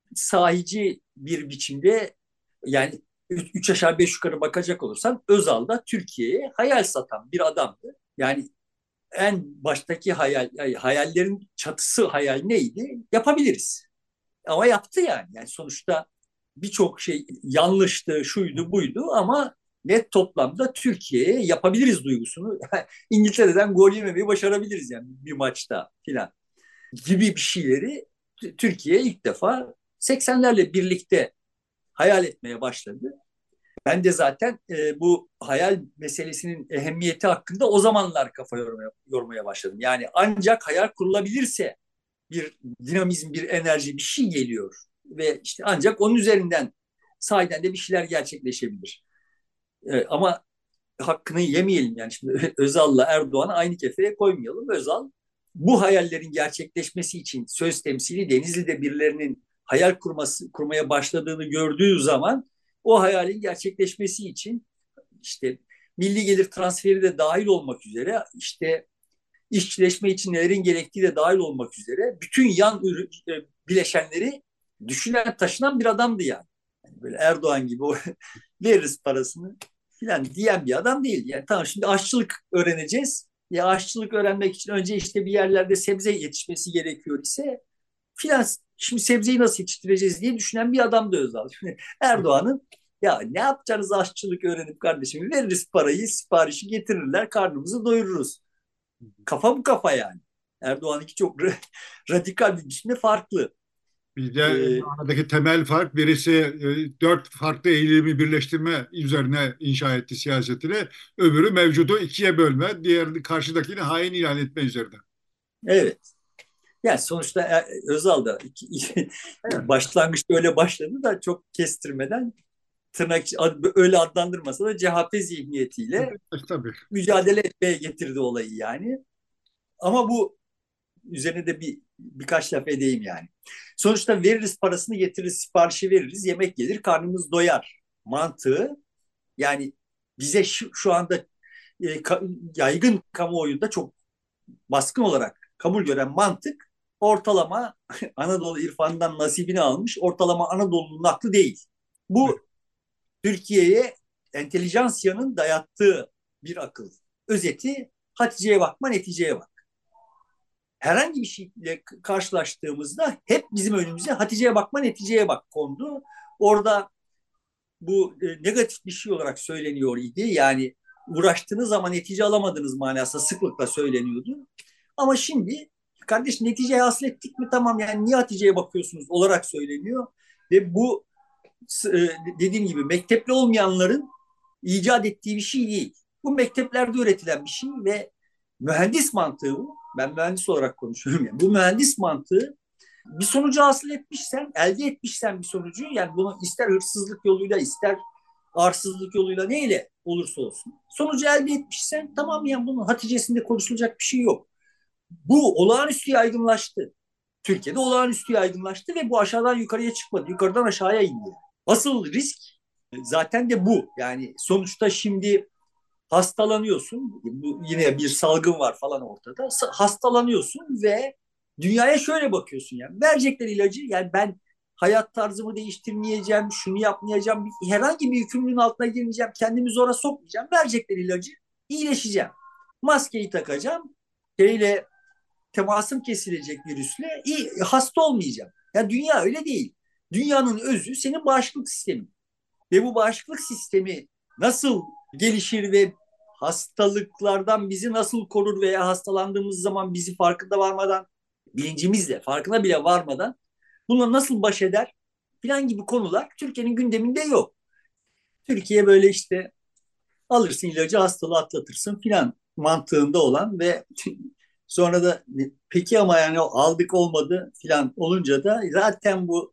B: sahici bir biçimde yani üç aşağı beş yukarı bakacak olursan Özal da Türkiye'ye hayal satan bir adamdı. Yani en baştaki hayal, yani hayallerin çatısı hayal neydi? Yapabiliriz. Ama yaptı yani. Yani sonuçta birçok şey yanlıştı, şuydu, buydu ama net toplamda Türkiye'ye yapabiliriz duygusunu İngiltere'den gol yememeyi başarabiliriz yani bir maçta filan gibi bir şeyleri Türkiye ilk defa seksenlerle birlikte hayal etmeye başladı. Ben de zaten e, bu hayal meselesinin ehemmiyeti hakkında o zamanlar kafa yormaya, yormaya başladım. Yani ancak hayal kurulabilirse bir dinamizm, bir enerji, bir şey geliyor. Ve işte ancak onun üzerinden sahiden de bir şeyler gerçekleşebilir. E, ama hakkını yemeyelim yani şimdi Özal'la Erdoğan'ı aynı kefeye koymayalım. Özal bu hayallerin gerçekleşmesi için söz temsili Denizli'de birilerinin hayal kurması kurmaya başladığını gördüğü zaman o hayalin gerçekleşmesi için işte milli gelir transferi de dahil olmak üzere işte işçileşme için nelerin gerektiği de dahil olmak üzere bütün yan ürün, e, bileşenleri düşünen taşınan bir adamdı yani. Yani böyle Erdoğan gibi o veririz parasını filan diyen bir adam değil. Yani tamam şimdi aşçılık öğreneceğiz. Ya aşçılık öğrenmek için önce işte bir yerlerde sebze yetişmesi gerekiyor ise filan şimdi sebzeyi nasıl yetiştireceğiz diye düşünen bir adam da Özal. Şimdi Erdoğan'ın ya ne yapacağız aşçılık öğrenip kardeşim veririz parayı siparişi getirirler karnımızı doyururuz. Kafa bu kafa yani. Erdoğan'ınki çok radikal bir biçimde farklı.
A: Bizde
B: Ee,
A: aradaki temel fark birisi e, dört farklı eğilimi birleştirme üzerine inşa etti siyasetini. Öbürü mevcudu ikiye bölme, diğer karşıdakini hain ilan etme üzerine.
B: evet. Yani sonuçta e, Özal da iki, iki, başlangıçta öyle başladı da çok kestirmeden tırnak öyle adlandırmasa da C H P zihniyetiyle
A: Tabii.
B: mücadele etmeye getirdi olayı yani. Ama bu üzerine de bir birkaç laf edeyim yani. Sonuçta veririz parasını getiririz, siparişi veririz, yemek gelir, karnımız doyar mantığı. Yani bize şu, şu anda e, ka, yaygın kamuoyunda çok baskın olarak kabul gören mantık ortalama Anadolu irfanından nasibini almış ortalama Anadolu'nun aklı değil. Bu Türkiye'ye entelijansiyanın dayattığı bir akıl. Özeti Hatice'ye bakma neticeye bak. Herhangi bir şeyle karşılaştığımızda hep bizim önümüze Hatice'ye bakma neticeye bak kondu. Orada bu e, negatif bir şey olarak söyleniyor idi. Yani uğraştığınız zaman netice alamadığınız manasında sıklıkla söyleniyordu. Ama şimdi kardeş neticeye hasıl ettik mi tamam yani niye Hatice'ye bakıyorsunuz olarak söyleniyor. Ve bu e, dediğim gibi mektepli olmayanların icat ettiği bir şey değil. Bu mekteplerde üretilen bir şey ve mühendis mantığı bu. Ben mühendis olarak konuşuyorum. Yani. Bu mühendis mantığı bir sonucu hasıl etmişsen, elde etmişsen bir sonucu yani bunu ister hırsızlık yoluyla ister arsızlık yoluyla neyle olursa olsun sonucu elde etmişsen tamam yani bunun Hatice'sinde konuşulacak bir şey yok. Bu olağanüstü yaygınlaştı. Türkiye'de olağanüstü yaygınlaştı ve bu aşağıdan yukarıya çıkmadı. Yukarıdan aşağıya indi. Asıl risk zaten de bu. Yani sonuçta şimdi hastalanıyorsun. Bu, yine bir salgın var falan ortada. Hastalanıyorsun ve dünyaya şöyle bakıyorsun yani. Verecekler ilacı. Yani ben hayat tarzımı değiştirmeyeceğim, şunu yapmayacağım, herhangi bir yükümlülüğün altına girmeyeceğim, kendimi zora sokmayacağım. Verecekler ilacı, iyileşeceğim. Maskeyi takacağım, şeyle temasım kesilecek virüsle, iyi, hasta olmayacağım. Yani dünya öyle değil. Dünyanın özü senin bağışıklık sistemin. Ve bu bağışıklık sistemi nasıl gelişir ve hastalıklardan bizi nasıl korur veya hastalandığımız zaman bizi farkında varmadan, bilincimizle farkına bile varmadan bununla nasıl baş eder filan gibi konular Türkiye'nin gündeminde yok. Türkiye böyle işte alırsın ilacı, hastalığı atlatırsın filan mantığında olan ve sonra da peki ama yani aldık olmadı filan olunca da zaten bu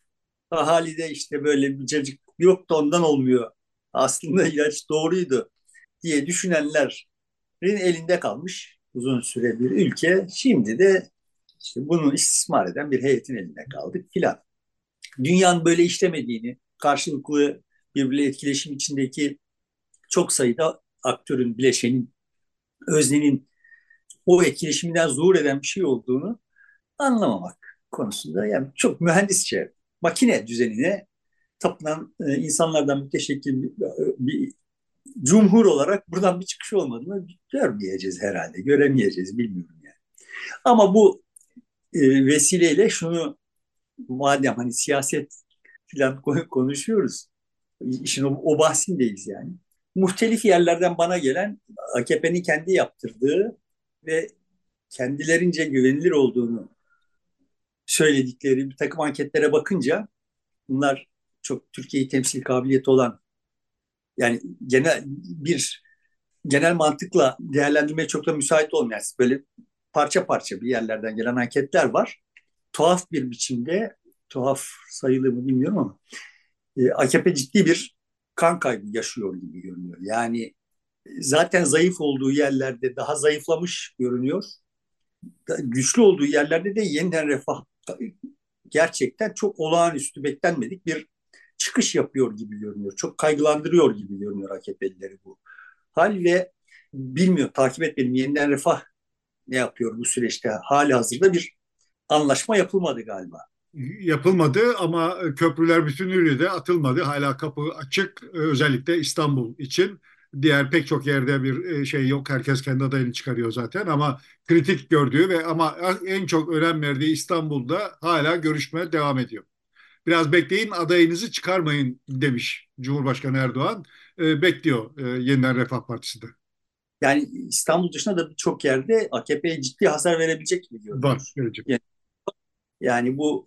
B: ahalide işte böyle bir cacık yok da ondan olmuyor. Aslında ilaç doğruydu diye düşünenlerin elinde kalmış uzun süre bir ülke. Şimdi de işte bunu istismar eden bir heyetin elinde kaldık filan. Dünyanın böyle işlemediğini, karşılıklı birbiriyle etkileşim içindeki çok sayıda aktörün, bileşenin, öznenin o etkileşiminden zuhur eden bir şey olduğunu anlamamak konusunda yani çok mühendisçe makine düzenine tapınan e, insanlardan müteşekkil bir, bir cumhur olarak buradan bir çıkış olmadığını görmeyeceğiz herhalde. Göremeyeceğiz, bilmiyorum yani. Ama bu e, vesileyle şunu, madem hani siyaset falan konuşuyoruz, işin o, o bahsindeyiz yani. Muhtelif yerlerden bana gelen A K P'nin kendi yaptırdığı ve kendilerince güvenilir olduğunu söyledikleri bir takım anketlere bakınca bunlar çok Türkiye'yi temsil kabiliyeti olan, yani genel bir genel mantıkla değerlendirmeye çok da müsait olmayan böyle parça parça bir yerlerden gelen anketler var. Tuhaf bir biçimde, tuhaf sayılır mı bilmiyorum ama e, A K P ciddi bir kan kaybı yaşıyor gibi görünüyor. Yani zaten zayıf olduğu yerlerde daha zayıflamış görünüyor. Güçlü olduğu yerlerde de yeniden refah gerçekten çok olağanüstü, beklenmedik bir çıkış yapıyor gibi görünüyor. Çok kaygılandırıyor gibi görünüyor A K P'lileri bu hal ve bilmiyor, takip etmedim. Yeniden Refah ne yapıyor bu süreçte? Hali hazırda bir anlaşma yapılmadı galiba.
A: Yapılmadı ama köprüler bütünüyle de atılmadı. Hala kapı açık, özellikle İstanbul için. Diğer pek çok yerde bir e, şey yok. Herkes kendi adayını çıkarıyor zaten ama kritik gördüğü ve ama en çok önem verdiği İstanbul'da hala görüşme devam ediyor. Biraz bekleyin, adayınızı çıkarmayın demiş Cumhurbaşkanı Erdoğan. E, bekliyor e, Yeniden Refah Partisi de.
B: Yani İstanbul dışında da birçok yerde A K P'ye ciddi hasar verebilecek gibi
A: Var,
B: görünüyor.
A: gelecek.
B: Yani, yani bu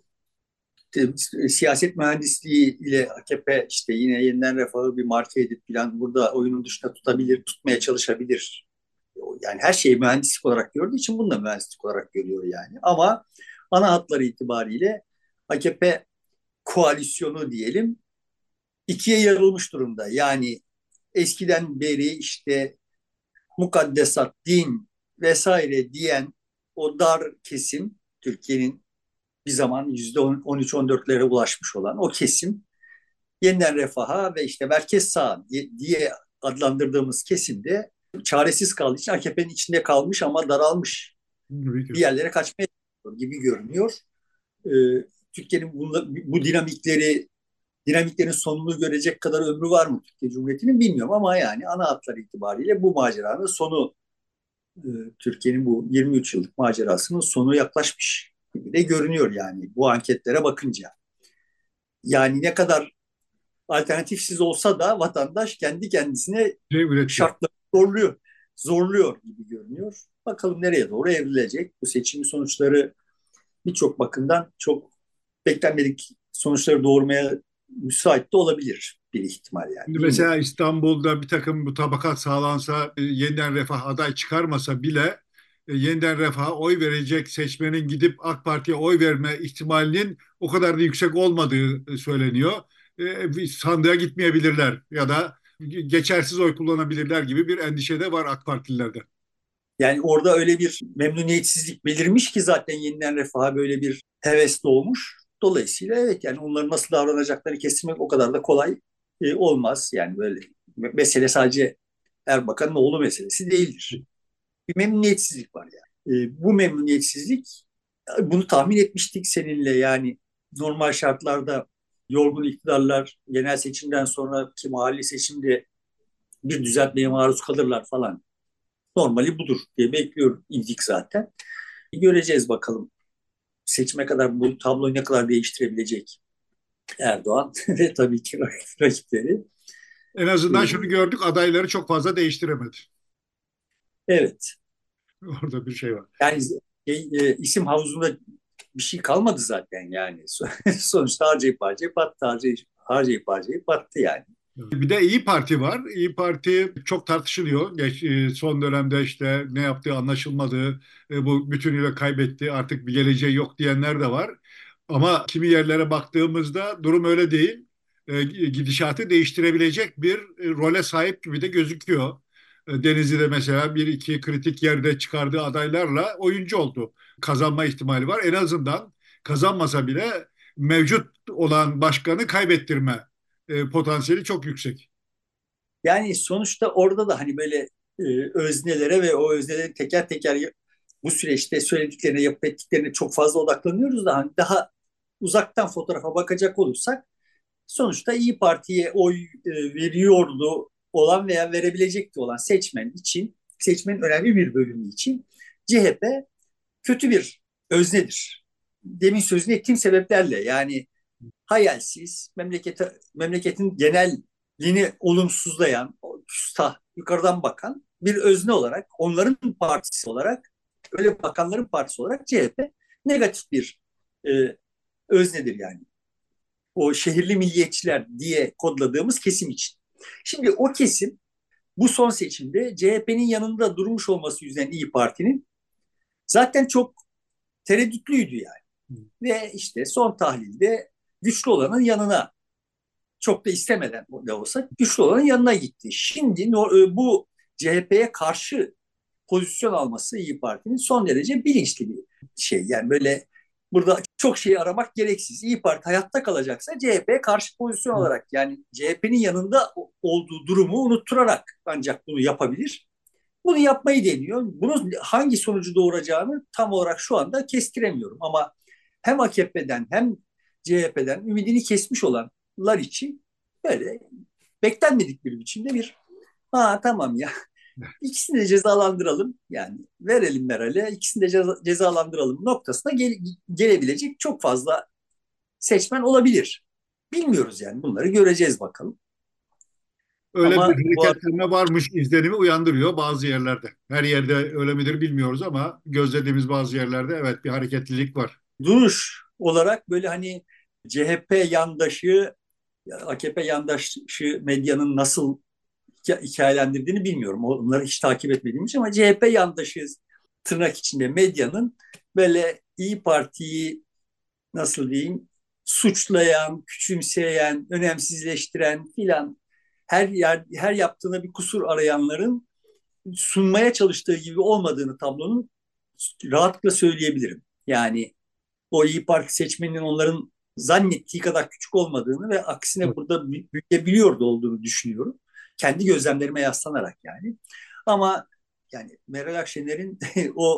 B: e, siyaset mühendisliği ile A K P işte yine yeniden refahı bir marke edip plan burada oyunun dışında tutabilir, tutmaya çalışabilir. Yani her şeyi mühendislik olarak gördüğü için bunu da mühendislik olarak görüyor yani. Ama ana hatları itibariyle A K P koalisyonu diyelim ikiye yarılmış durumda. Yani eskiden beri işte mukaddesat, din vesaire diyen o dar kesim, Türkiye'nin bir zaman yüzde on üç on dörtlere ulaşmış olan o kesim, yeniden refaha ve işte merkez sağ diye adlandırdığımız kesimde çaresiz kaldığı için A K P'nin içinde kalmış ama daralmış, bir yerlere kaçmaya çalışıyor gibi görünüyor. Ee, Türkiye'nin bu, bu dinamikleri dinamiklerin sonunu görecek kadar ömrü var mı Türkiye Cumhuriyeti'nin bilmiyorum ama yani ana hatlar itibariyle bu maceranın sonu, e, Türkiye'nin bu yirmi üç yıllık macerasının sonu yaklaşmış gibi de görünüyor yani bu anketlere bakınca. Yani ne kadar alternatifsiz olsa da vatandaş kendi kendisine
A: Şey üretiyor.
B: şartları zorluyor, zorluyor gibi görünüyor. Bakalım nereye doğru evrilecek. Bu seçim sonuçları birçok bakımdan çok beklenmedik sonuçları doğurmaya müsait de olabilir bir ihtimal yani.
A: Şimdi
B: Bilmiyorum.
A: mesela İstanbul'da bir takım bu tabakat sağlansa, e, yeniden refah aday çıkarmasa bile e, yeniden refaha oy verecek seçmenin gidip AK Parti'ye oy verme ihtimalinin o kadar da yüksek olmadığı e, söyleniyor. E, sandığa gitmeyebilirler ya da geçersiz oy kullanabilirler gibi bir endişe de var AK Partililerde.
B: Yani orada öyle bir memnuniyetsizlik belirmiş ki zaten yeniden refaha böyle bir heves doğmuş. Dolayısıyla evet yani onların nasıl davranacakları kestirmek o kadar da kolay e, olmaz. Yani böyle mesele sadece Erbakan'ın oğlu meselesi değildir. Bir memnuniyetsizlik var yani. E, bu memnuniyetsizlik, bunu tahmin etmiştik seninle yani normal şartlarda yorgun iktidarlar genel seçimden sonraki mahalli seçimde bir düzeltmeye maruz kalırlar falan. Normali budur diye bekliyor idik zaten. Göreceğiz bakalım seçime kadar bu tabloyu ne kadar değiştirebilecek Erdoğan ve tabii ki rakipleri.
A: En azından
B: Ee,
A: şunu gördük, adayları çok fazla değiştiremedi.
B: evet.
A: Orada bir şey var.
B: Yani e, e, isim havuzunda bir şey kalmadı zaten yani. Sonuçta harcayıp harcayıp battı, harcayıp harcayıp harcayıp battı yani.
A: Bir de İyi Parti var. İyi Parti çok tartışılıyor. Geç, e, son dönemde işte ne yaptığı anlaşılmadı. E, Bu bütünüyle kaybetti. Artık bir geleceği yok diyenler de var. Ama kimi yerlere baktığımızda durum öyle değil. E, Gidişatı değiştirebilecek bir e, role sahip gibi de gözüküyor. E, Denizli'de mesela bir iki kritik yerde çıkardığı adaylarla oyuncu oldu. Kazanma ihtimali var. En azından kazanmasa bile mevcut olan başkanı kaybettirme e, potansiyeli çok yüksek.
B: Yani sonuçta orada da hani böyle e, öznelere ve o öznelerin teker teker bu süreçte söylediklerine, yapıp ettiklerine çok fazla odaklanıyoruz da hani daha uzaktan fotoğrafa bakacak olursak sonuçta İyi Parti'ye oy e, veriyordu olan veya verebilecekti olan seçmen için, seçmenin önemli bir bölümü için C H P kötü bir öznedir. Demin sözünü ettiğim sebeplerle yani hayalsiz, memlekete, memleketin genelliğini olumsuzlayan, küstah, yukarıdan bakan bir özne olarak, onların partisi olarak, öyle bakanların partisi olarak C H P negatif bir e, öznedir yani. O şehirli milliyetçiler diye kodladığımız kesim için. Şimdi o kesim bu son seçimde C H P'nin yanında durmuş olması yüzünden İyi Parti'nin zaten çok tereddütlüydü yani. Ve işte son tahlilde güçlü olanın yanına, çok da istemeden de olsa güçlü olanın yanına gitti. Şimdi e, bu C H P'ye karşı pozisyon alması İyi Parti'nin son derece bilinçli bir şey. Yani böyle burada çok şey aramak gereksiz. İyi Parti hayatta kalacaksa C H P'ye karşı pozisyon alarak yani C H P'nin yanında olduğu durumu unutturarak ancak bunu yapabilir. Bunu yapmayı deniyor. Bunun hangi sonucu doğuracağını tam olarak şu anda kestiremiyorum. Ama hem A K P'den hem C H P'den ümidini kesmiş olanlar için böyle beklenmedik bir biçimde bir ha tamam ya ikisini de cezalandıralım yani verelim Meral'e ikisini de ceza, cezalandıralım noktasına gel, gelebilecek çok fazla seçmen olabilir. Bilmiyoruz yani bunları göreceğiz bakalım.
A: Öyle bir
B: Ama bu
A: hareketlenme varmış izlenimi uyandırıyor bazı yerlerde. Her yerde öyle midir bilmiyoruz ama gözlediğimiz bazı yerlerde evet bir hareketlilik var.
B: duruş olarak böyle hani C H P yandaşı, A K P yandaşı medyanın nasıl hikayelendirdiğini bilmiyorum. Onları hiç takip etmediğim için ama C H P yandaşı tırnak içinde medyanın böyle İyi Parti'yi nasıl diyeyim suçlayan, küçümseyen, önemsizleştiren filan her yer her yaptığına bir kusur arayanların sunmaya çalıştığı gibi olmadığını tablonun rahatlıkla söyleyebilirim. Yani o İyi Parti seçmeninin onların zannettiği kadar küçük olmadığını ve aksine burada büyüyebiliyordu olduğunu düşünüyorum. Kendi gözlemlerime yaslanarak yani. Ama yani Meral Akşener'in o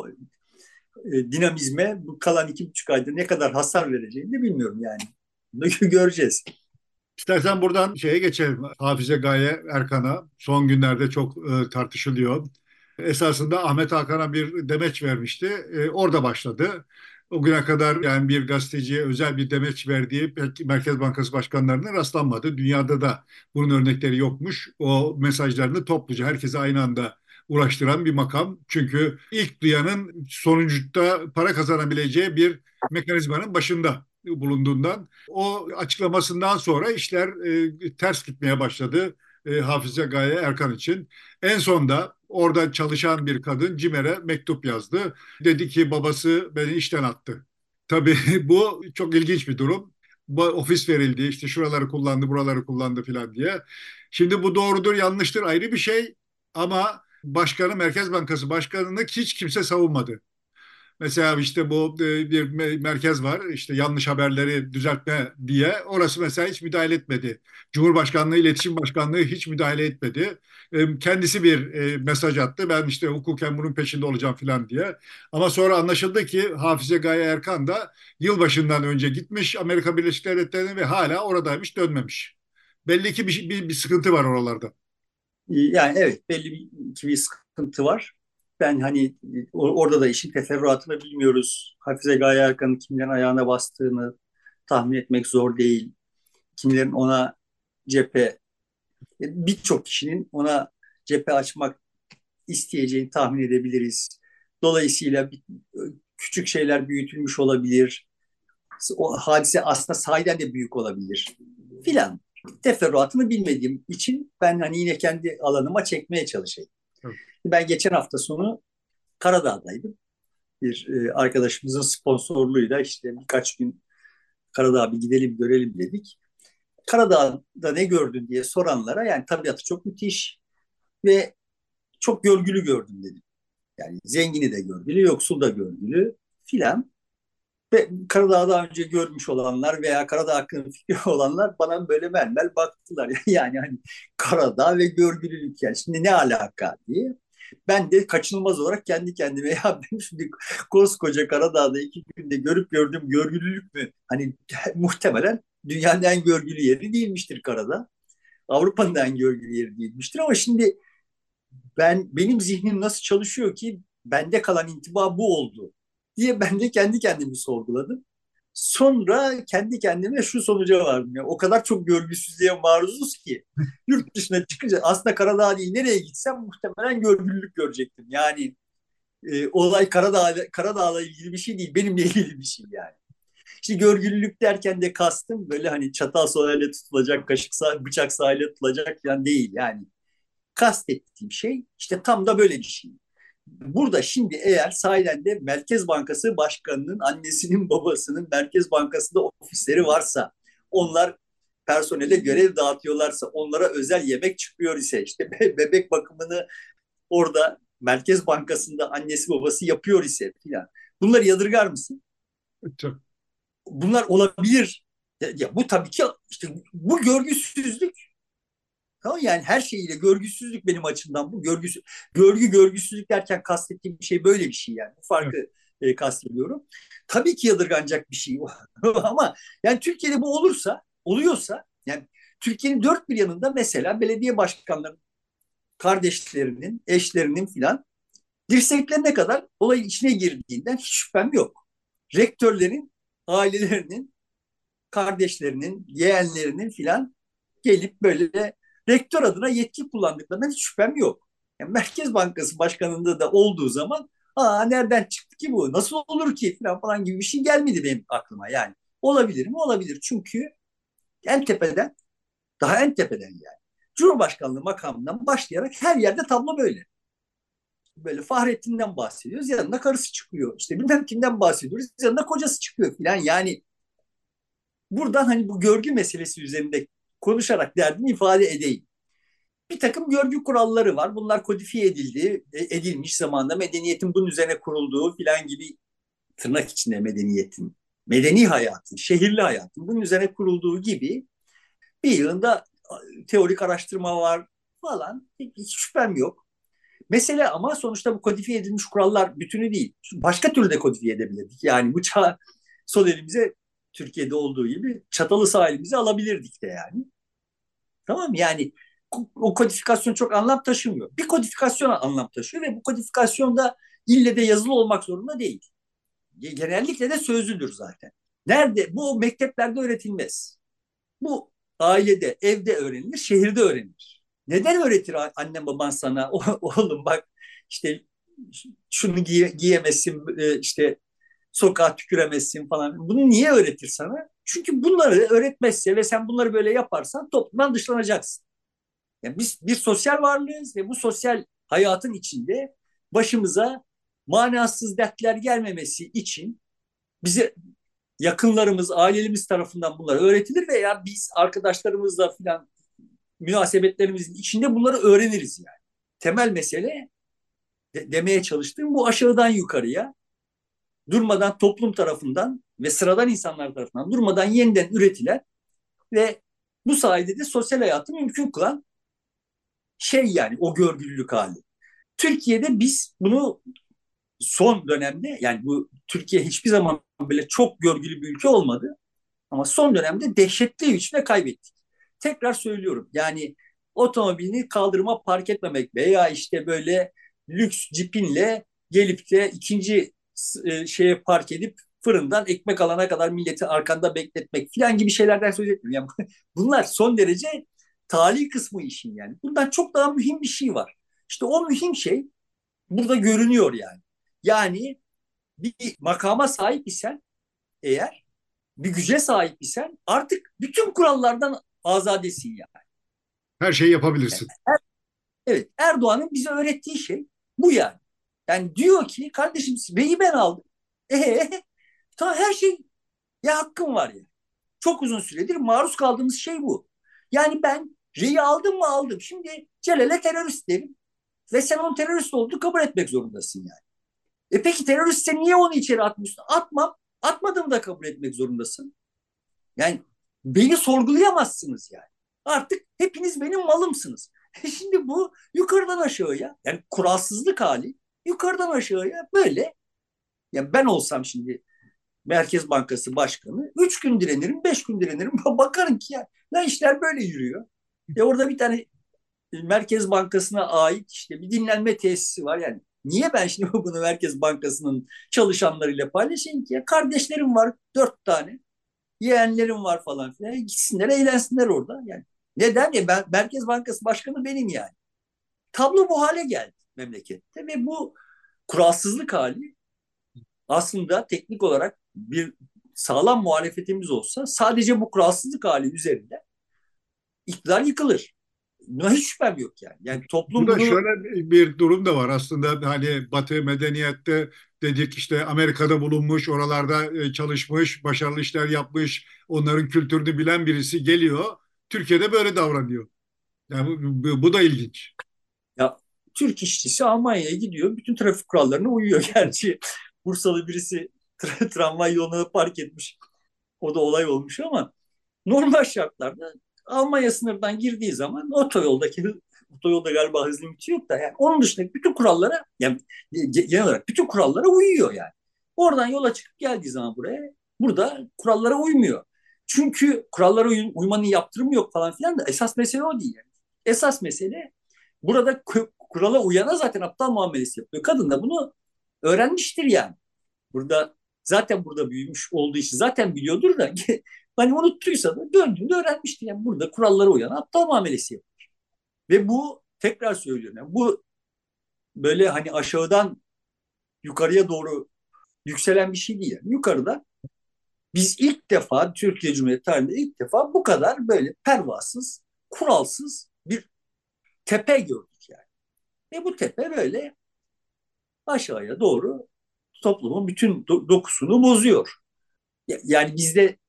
B: e, dinamizme bu kalan iki buçuk ayda ne kadar hasar vereceğini de bilmiyorum yani. Bunu göreceğiz.
A: İstersen buradan şeye geçelim. Hafize Gaye Erkan'a son günlerde çok e, tartışılıyor. Esasında Ahmet Hakan'a bir demeç vermişti. E, orada başladı. O güne kadar yani bir gazeteciye özel bir demeç verdiği pek Merkez Bankası başkanlarına rastlanmadı. Dünyada da bunun örnekleri yokmuş. O mesajlarını topluca herkese aynı anda ulaştıran bir makam. Çünkü ilk duyanın sonuçta para kazanabileceği bir mekanizmanın başında bulunduğundan o açıklamasından sonra işler e, ters gitmeye başladı e, Hafize Gaye Erkan için. En sonda orada çalışan bir kadın CİMER'e mektup yazdı. Dedi ki babası beni işten attı. Tabii bu çok ilginç bir durum. Bu ofis verildi, işte şuraları kullandı, buraları kullandı filan diye. Şimdi bu doğrudur, yanlıştır ayrı bir şey ama başkanı, Merkez Bankası başkanını hiç kimse savunmadı. Mesela işte bu e, bir me- merkez var, işte yanlış haberleri düzeltme diye. Orası mesela hiç müdahale etmedi. Cumhurbaşkanlığı İletişim Başkanlığı hiç müdahale etmedi. E, Kendisi bir e, mesaj attı. Ben işte hukuken bunun peşinde olacağım falan diye. Ama sonra anlaşıldı ki Hafize Gaye Erkan da yılbaşından önce gitmiş Amerika Birleşik Devletleri'ne ve hala oradaymış, dönmemiş. Belli ki bir, bir, bir sıkıntı var oralarda.
B: Yani evet, belli bir, ki bir sıkıntı var. Ben hani orada da işin teferruatını bilmiyoruz. Hafize Gaye Erkan'ın kimlerin ayağına bastığını tahmin etmek zor değil. Kimlerin ona cephe, birçok kişinin ona cephe açmak isteyeceğini tahmin edebiliriz. Dolayısıyla bir, küçük şeyler büyütülmüş olabilir. O hadise aslında sahiden de büyük olabilir filan. Teferruatını bilmediğim için ben hani yine kendi alanıma çekmeye çalışayım.
A: Evet.
B: Ben geçen hafta sonu Karadağ'daydım. Bir e, arkadaşımızın sponsorluğuyla işte birkaç gün Karadağ'a bir gidelim görelim dedik. Karadağ'da ne gördün diye soranlara yani tabiatı çok müthiş ve çok görgülü gördüm dedim. Yani zengini de görgülü, yoksul da görgülü filan. Ve Karadağ'ı daha önce görmüş olanlar veya Karadağ hakkında fikri olanlar bana böyle mermel baktılar. Yani hani Karadağ ve görgülülük, yani şimdi ne alaka diye. Ben de kaçınılmaz olarak kendi kendime ya ben şimdi koskoca Karadağ'da iki günde görüp gördüğüm görgülülük mü? Hani muhtemelen dünyanın en görgülü yeri değilmiştir Karadağ. Avrupa'nın en görgülü yeri değilmiştir ama şimdi ben benim zihnim nasıl çalışıyor ki bende kalan intiba bu oldu diye ben de kendi kendimi sorguladım. Sonra kendi kendime şu sonuca vardım. Ya, o kadar çok görgüsüzlüğe maruzuz ki yurt dışına çıkınca aslında Karadağ değil nereye gitsem muhtemelen görgülülük görecektim. Yani e, olay Karadağ, Karadağ'la ilgili bir şey değil, benimle ilgili bir şey yani. İşte görgülülük derken de kastım böyle hani çatal sahile tutulacak, kaşık sah bıçak sahile tutulacak falan değil yani. Kastettiğim şey işte tam da böyle bir şey. Burada şimdi eğer sahiden de Merkez Bankası Başkanı'nın annesinin babasının Merkez Bankası'nda ofisleri varsa, onlar personele görev dağıtıyorlarsa, onlara özel yemek çıkıyor ise, işte bebek bakımını orada Merkez Bankası'nda annesi babası yapıyor ise filan. Bunları yadırgar mısın?
A: Çok,
B: Bunlar olabilir. Ya, ya bu tabii ki işte bu görgüsüzlük. Tamam, yani her şeyiyle görgüsüzlük benim açımdan bu. Görgüsü, görgü görgüsüzlük derken kastettiğim şey böyle bir şey yani. Bu
A: evet.
B: farkı e, kastediyorum. Tabii ki yadırganacak bir şey ama yani Türkiye'de bu olursa, oluyorsa yani Türkiye'nin dört bir yanında mesela belediye başkanlarının kardeşlerinin, eşlerinin filan dirseklerine kadar olayın içine girdiğinden hiç şüphem yok. Rektörlerin, ailelerinin, kardeşlerinin, yeğenlerinin filan gelip böyle rektör adına yetki kullandıklarından hiç şüphem yok. Yani Merkez Bankası Başkanı'nda da olduğu zaman aa nereden çıktı ki bu? Nasıl olur ki falan falan gibi bir şey gelmedi benim aklıma yani. Olabilir mi? Olabilir. Çünkü en tepeden, daha en tepeden yani. Cumhurbaşkanlığı makamından başlayarak her yerde tablo böyle. Böyle Fahrettin'den bahsediyoruz. Yanında karısı çıkıyor. İşte bilmem kimden bahsediyoruz. Yanında kocası çıkıyor falan. Yani buradan hani bu görgü meselesi üzerinde konuşarak derdimi ifade edeyim. Bir takım görgü kuralları var. Bunlar kodifiye edildi, e, edilmiş zamanda medeniyetin bunun üzerine kurulduğu filan gibi, tırnak içinde medeniyetin, medeni hayatın, şehirli hayatın bunun üzerine kurulduğu gibi bir yığında teorik araştırma var falan. Hiç şüphem yok. Mesele ama sonuçta bu kodifiye edilmiş kurallar bütünü değil. Başka türlü de kodifiye edebilirdik. Yani bıçağı sol elimize Türkiye'de olduğu gibi çatalı sağ elimize alabilirdik de yani. Tamam mı? Yani o kodifikasyon çok anlam taşımıyor. Bir kodifikasyon anlam taşıyor ve bu kodifikasyonda ille de yazılı olmak zorunda değil. Genellikle de sözlüdür zaten. Nerede? Bu mekteplerde öğretilmez. Bu ailede, evde öğrenilir, şehirde öğrenilir. Neden öğretir annem baban sana? Oğlum bak işte şunu giye, giyemezsin, e, işte sokağa tüküremezsin falan. Bunu niye öğretir sana? Çünkü bunları öğretmezse ve sen bunları böyle yaparsan toplumdan dışlanacaksın. Yani biz bir sosyal varlığız ve bu sosyal hayatın içinde başımıza manasız dertler gelmemesi için bize yakınlarımız, ailelerimiz tarafından bunlar öğretilir veya biz arkadaşlarımızla filan münasebetlerimizin içinde bunları öğreniriz yani. Temel mesele de, demeye çalıştığım bu aşağıdan yukarıya durmadan toplum tarafından ve sıradan insanlar tarafından durmadan yeniden üretilen ve bu sayede de sosyal hayatı mümkün kılan şey, yani o görgülülük hali. Türkiye'de biz bunu son dönemde, yani bu Türkiye hiçbir zaman böyle çok görgülü bir ülke olmadı ama son dönemde dehşetli biçimde kaybettik. Tekrar söylüyorum, yani otomobilini kaldırıma park etmemek veya işte böyle lüks cipinle gelip de ikinci e, şeye park edip fırından ekmek alana kadar milleti arkanda bekletmek falan gibi şeylerden söz etmiyorum. Yani bunlar son derece tali kısmı işin yani. Bundan çok daha mühim bir şey var. İşte o mühim şey burada görünüyor yani. Yani bir makama sahip isen eğer, bir güce sahip isen artık bütün kurallardan azadesin yani.
A: Her şeyi
B: Yani
A: yapabilirsin.
B: er, evet, Erdoğan'ın bize öğrettiği şey bu yani. Yani diyor ki kardeşim reyi ben aldım. Ee, tamam, her şey ya hakkım var ya. Çok uzun süredir maruz kaldığımız şey bu. Yani ben reyi aldım mı aldım. Şimdi Celal'e terörist derim. Ve sen onun terörist olduğunu kabul etmek zorundasın yani. E peki teröristse niye onu içeri atmıyorsun? Atmam. Atmadığımı da kabul etmek zorundasın. Yani beni sorgulayamazsınız yani. Artık hepiniz benim malımsınız. Şimdi bu yukarıdan aşağıya, yani kuralsızlık hali yukarıdan aşağıya böyle. Yani ben olsam şimdi Merkez Bankası Başkanı üç gün direnirim, beş gün direnirim. Bakarım ki ya, ya işler böyle yürüyor. Ya orada bir tane Merkez Bankası'na ait işte bir dinlenme tesisi var yani. Niye ben şimdi bunu Merkez Bankası'nın çalışanlarıyla paylaşayım ki? Ya kardeşlerim var dört tane, yeğenlerim var falan filan. Gitsinler eğlensinler orada. Yani neden? Ya ben, Merkez Bankası Başkanı benim yani. Tablo bu hale geldi memlekette ve bu kuralsızlık hali aslında teknik olarak bir sağlam muhalefetimiz olsa sadece bu kuralsızlık hali üzerinde iktidar yıkılır. Buna hiç şüphem yok yani. Yani
A: Bu
B: toplum
A: da
B: bunu
A: şöyle bir durum da var aslında, hani Batı medeniyette dedik işte Amerika'da bulunmuş, oralarda e, çalışmış, başarılı işler yapmış, onların kültürünü bilen birisi geliyor. Türkiye'de böyle davranıyor. Yani bu, bu, bu da ilginç.
B: ya Türk işçisi Almanya'ya gidiyor. Bütün trafik kurallarına uyuyor. Gerçi Bursalı birisi tra- tramvay yoluna park etmiş. O da olay olmuş ama normal şartlarda Almanya sınırdan girdiği zaman otoyoldaki otoyolda galiba hız limiti yok da yani onun dışındaki bütün kurallara, yani genel olarak bütün kurallara uyuyor yani. Oradan yola çıkıp geldiği zaman buraya, burada kurallara uymuyor. Çünkü kurallara uy- uymanın yaptırımı yok falan filan da esas mesele o değil yani. Esas mesele burada kurala uyana zaten aptal muamelesi yapıyor. Kadın da bunu öğrenmiştir yani. Burada zaten burada büyümüş olduğu için zaten biliyordur da hani unuttuysa da döndüğünde öğrenmiştir. Yani burada kurallara uyan aptal muamelesi yapıyor. Ve bu, tekrar söylüyorum, yani bu böyle hani aşağıdan yukarıya doğru yükselen bir şey değil. Yani yukarıda biz ilk defa Türkiye Cumhuriyeti tarihinde ilk defa bu kadar böyle pervasız, kuralsız bir tepe gördük yani. Ve bu tepe böyle aşağıya doğru toplumun bütün do- dokusunu bozuyor. Yani bizde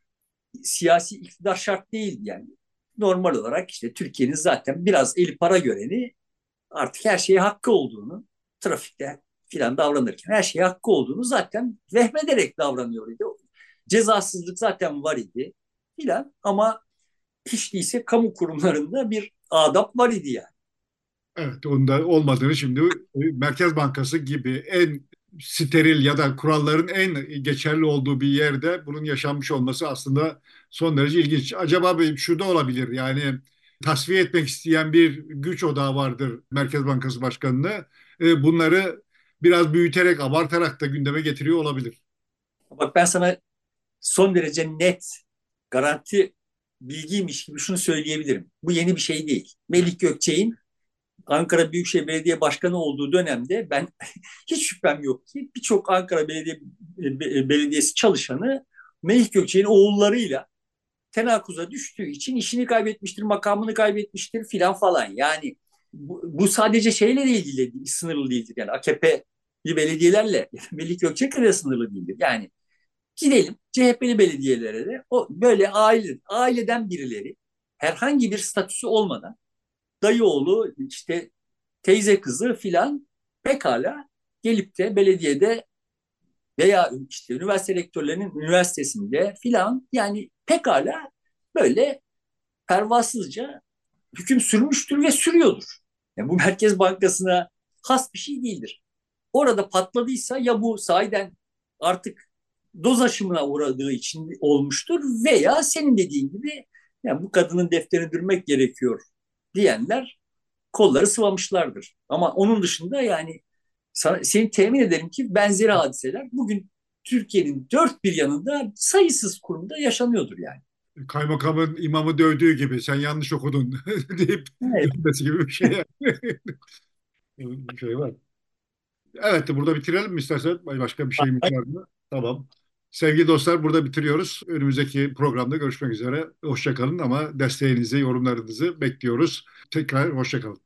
B: siyasi iktidar şart değil yani. Normal olarak işte Türkiye'nin zaten biraz eli para göreni artık her şeye hakkı olduğunu, trafikte filan davranırken her şeye hakkı olduğunu zaten vehmederek davranıyor idi. Cezasızlık zaten var idi filan ama hiç değilse kamu kurumlarında bir adap var idi yani.
A: Evet, onda olmadığını şimdi e, Merkez Bankası gibi en steril ya da kuralların en geçerli olduğu bir yerde bunun yaşanmış olması aslında son derece ilginç. Acaba bir şu da olabilir, yani tasfiye etmek isteyen bir güç odağı vardır Merkez Bankası Başkanı'nı. E, Bunları biraz büyüterek, abartarak da gündeme getiriyor olabilir.
B: Bak ben sana son derece net, garanti bilgiymiş gibi şunu söyleyebilirim. Bu yeni bir şey değil. Melih Gökçek'in Ankara Büyükşehir Belediye Başkanı olduğu dönemde ben hiç şüphem yok ki birçok Ankara Belediye Belediyesi çalışanı Melih Gökçek'in oğullarıyla tenakuza düştüğü için işini kaybetmiştir, makamını kaybetmiştir filan falan. Yani bu, bu sadece şeyle de ilgili değil, sınırlı değildir. Yani A K P'li belediyelerle Melih Gökçek'le de sınırlı değildir. Yani gidelim C H P'li belediyelere de o böyle aile, aileden birileri herhangi bir statüsü olmadan dayı oğlu işte teyze kızı filan pekala gelip de belediyede veya işte üniversite rektörlerinin üniversitesinde filan, yani pekala böyle pervasızca hüküm sürmüştür ve sürüyordur. Yani bu Merkez Bankası'na has bir şey değildir. Orada patladıysa ya bu sahiden artık doz aşımına uğradığı için olmuştur veya senin dediğin gibi yani bu kadının defterini dürmek gerekiyor diyenler kolları sıvamışlardır. Ama onun dışında yani sana, seni temin ederim ki benzeri hadiseler bugün Türkiye'nin dört bir yanında sayısız kurumda yaşanıyordur yani.
A: Kaymakamın imamı dövdüğü gibi sen yanlış okudun deyip
B: Evet.
A: dövmesi gibi bir şey. Bir şey var. Evet, burada bitirelim mi istersen? Başka bir şeyimiz var mı? Tamam. Sevgili dostlar, burada bitiriyoruz. Önümüzdeki programda görüşmek üzere. Hoşça kalın ama desteğinizi, yorumlarınızı bekliyoruz. Tekrar hoşça kalın.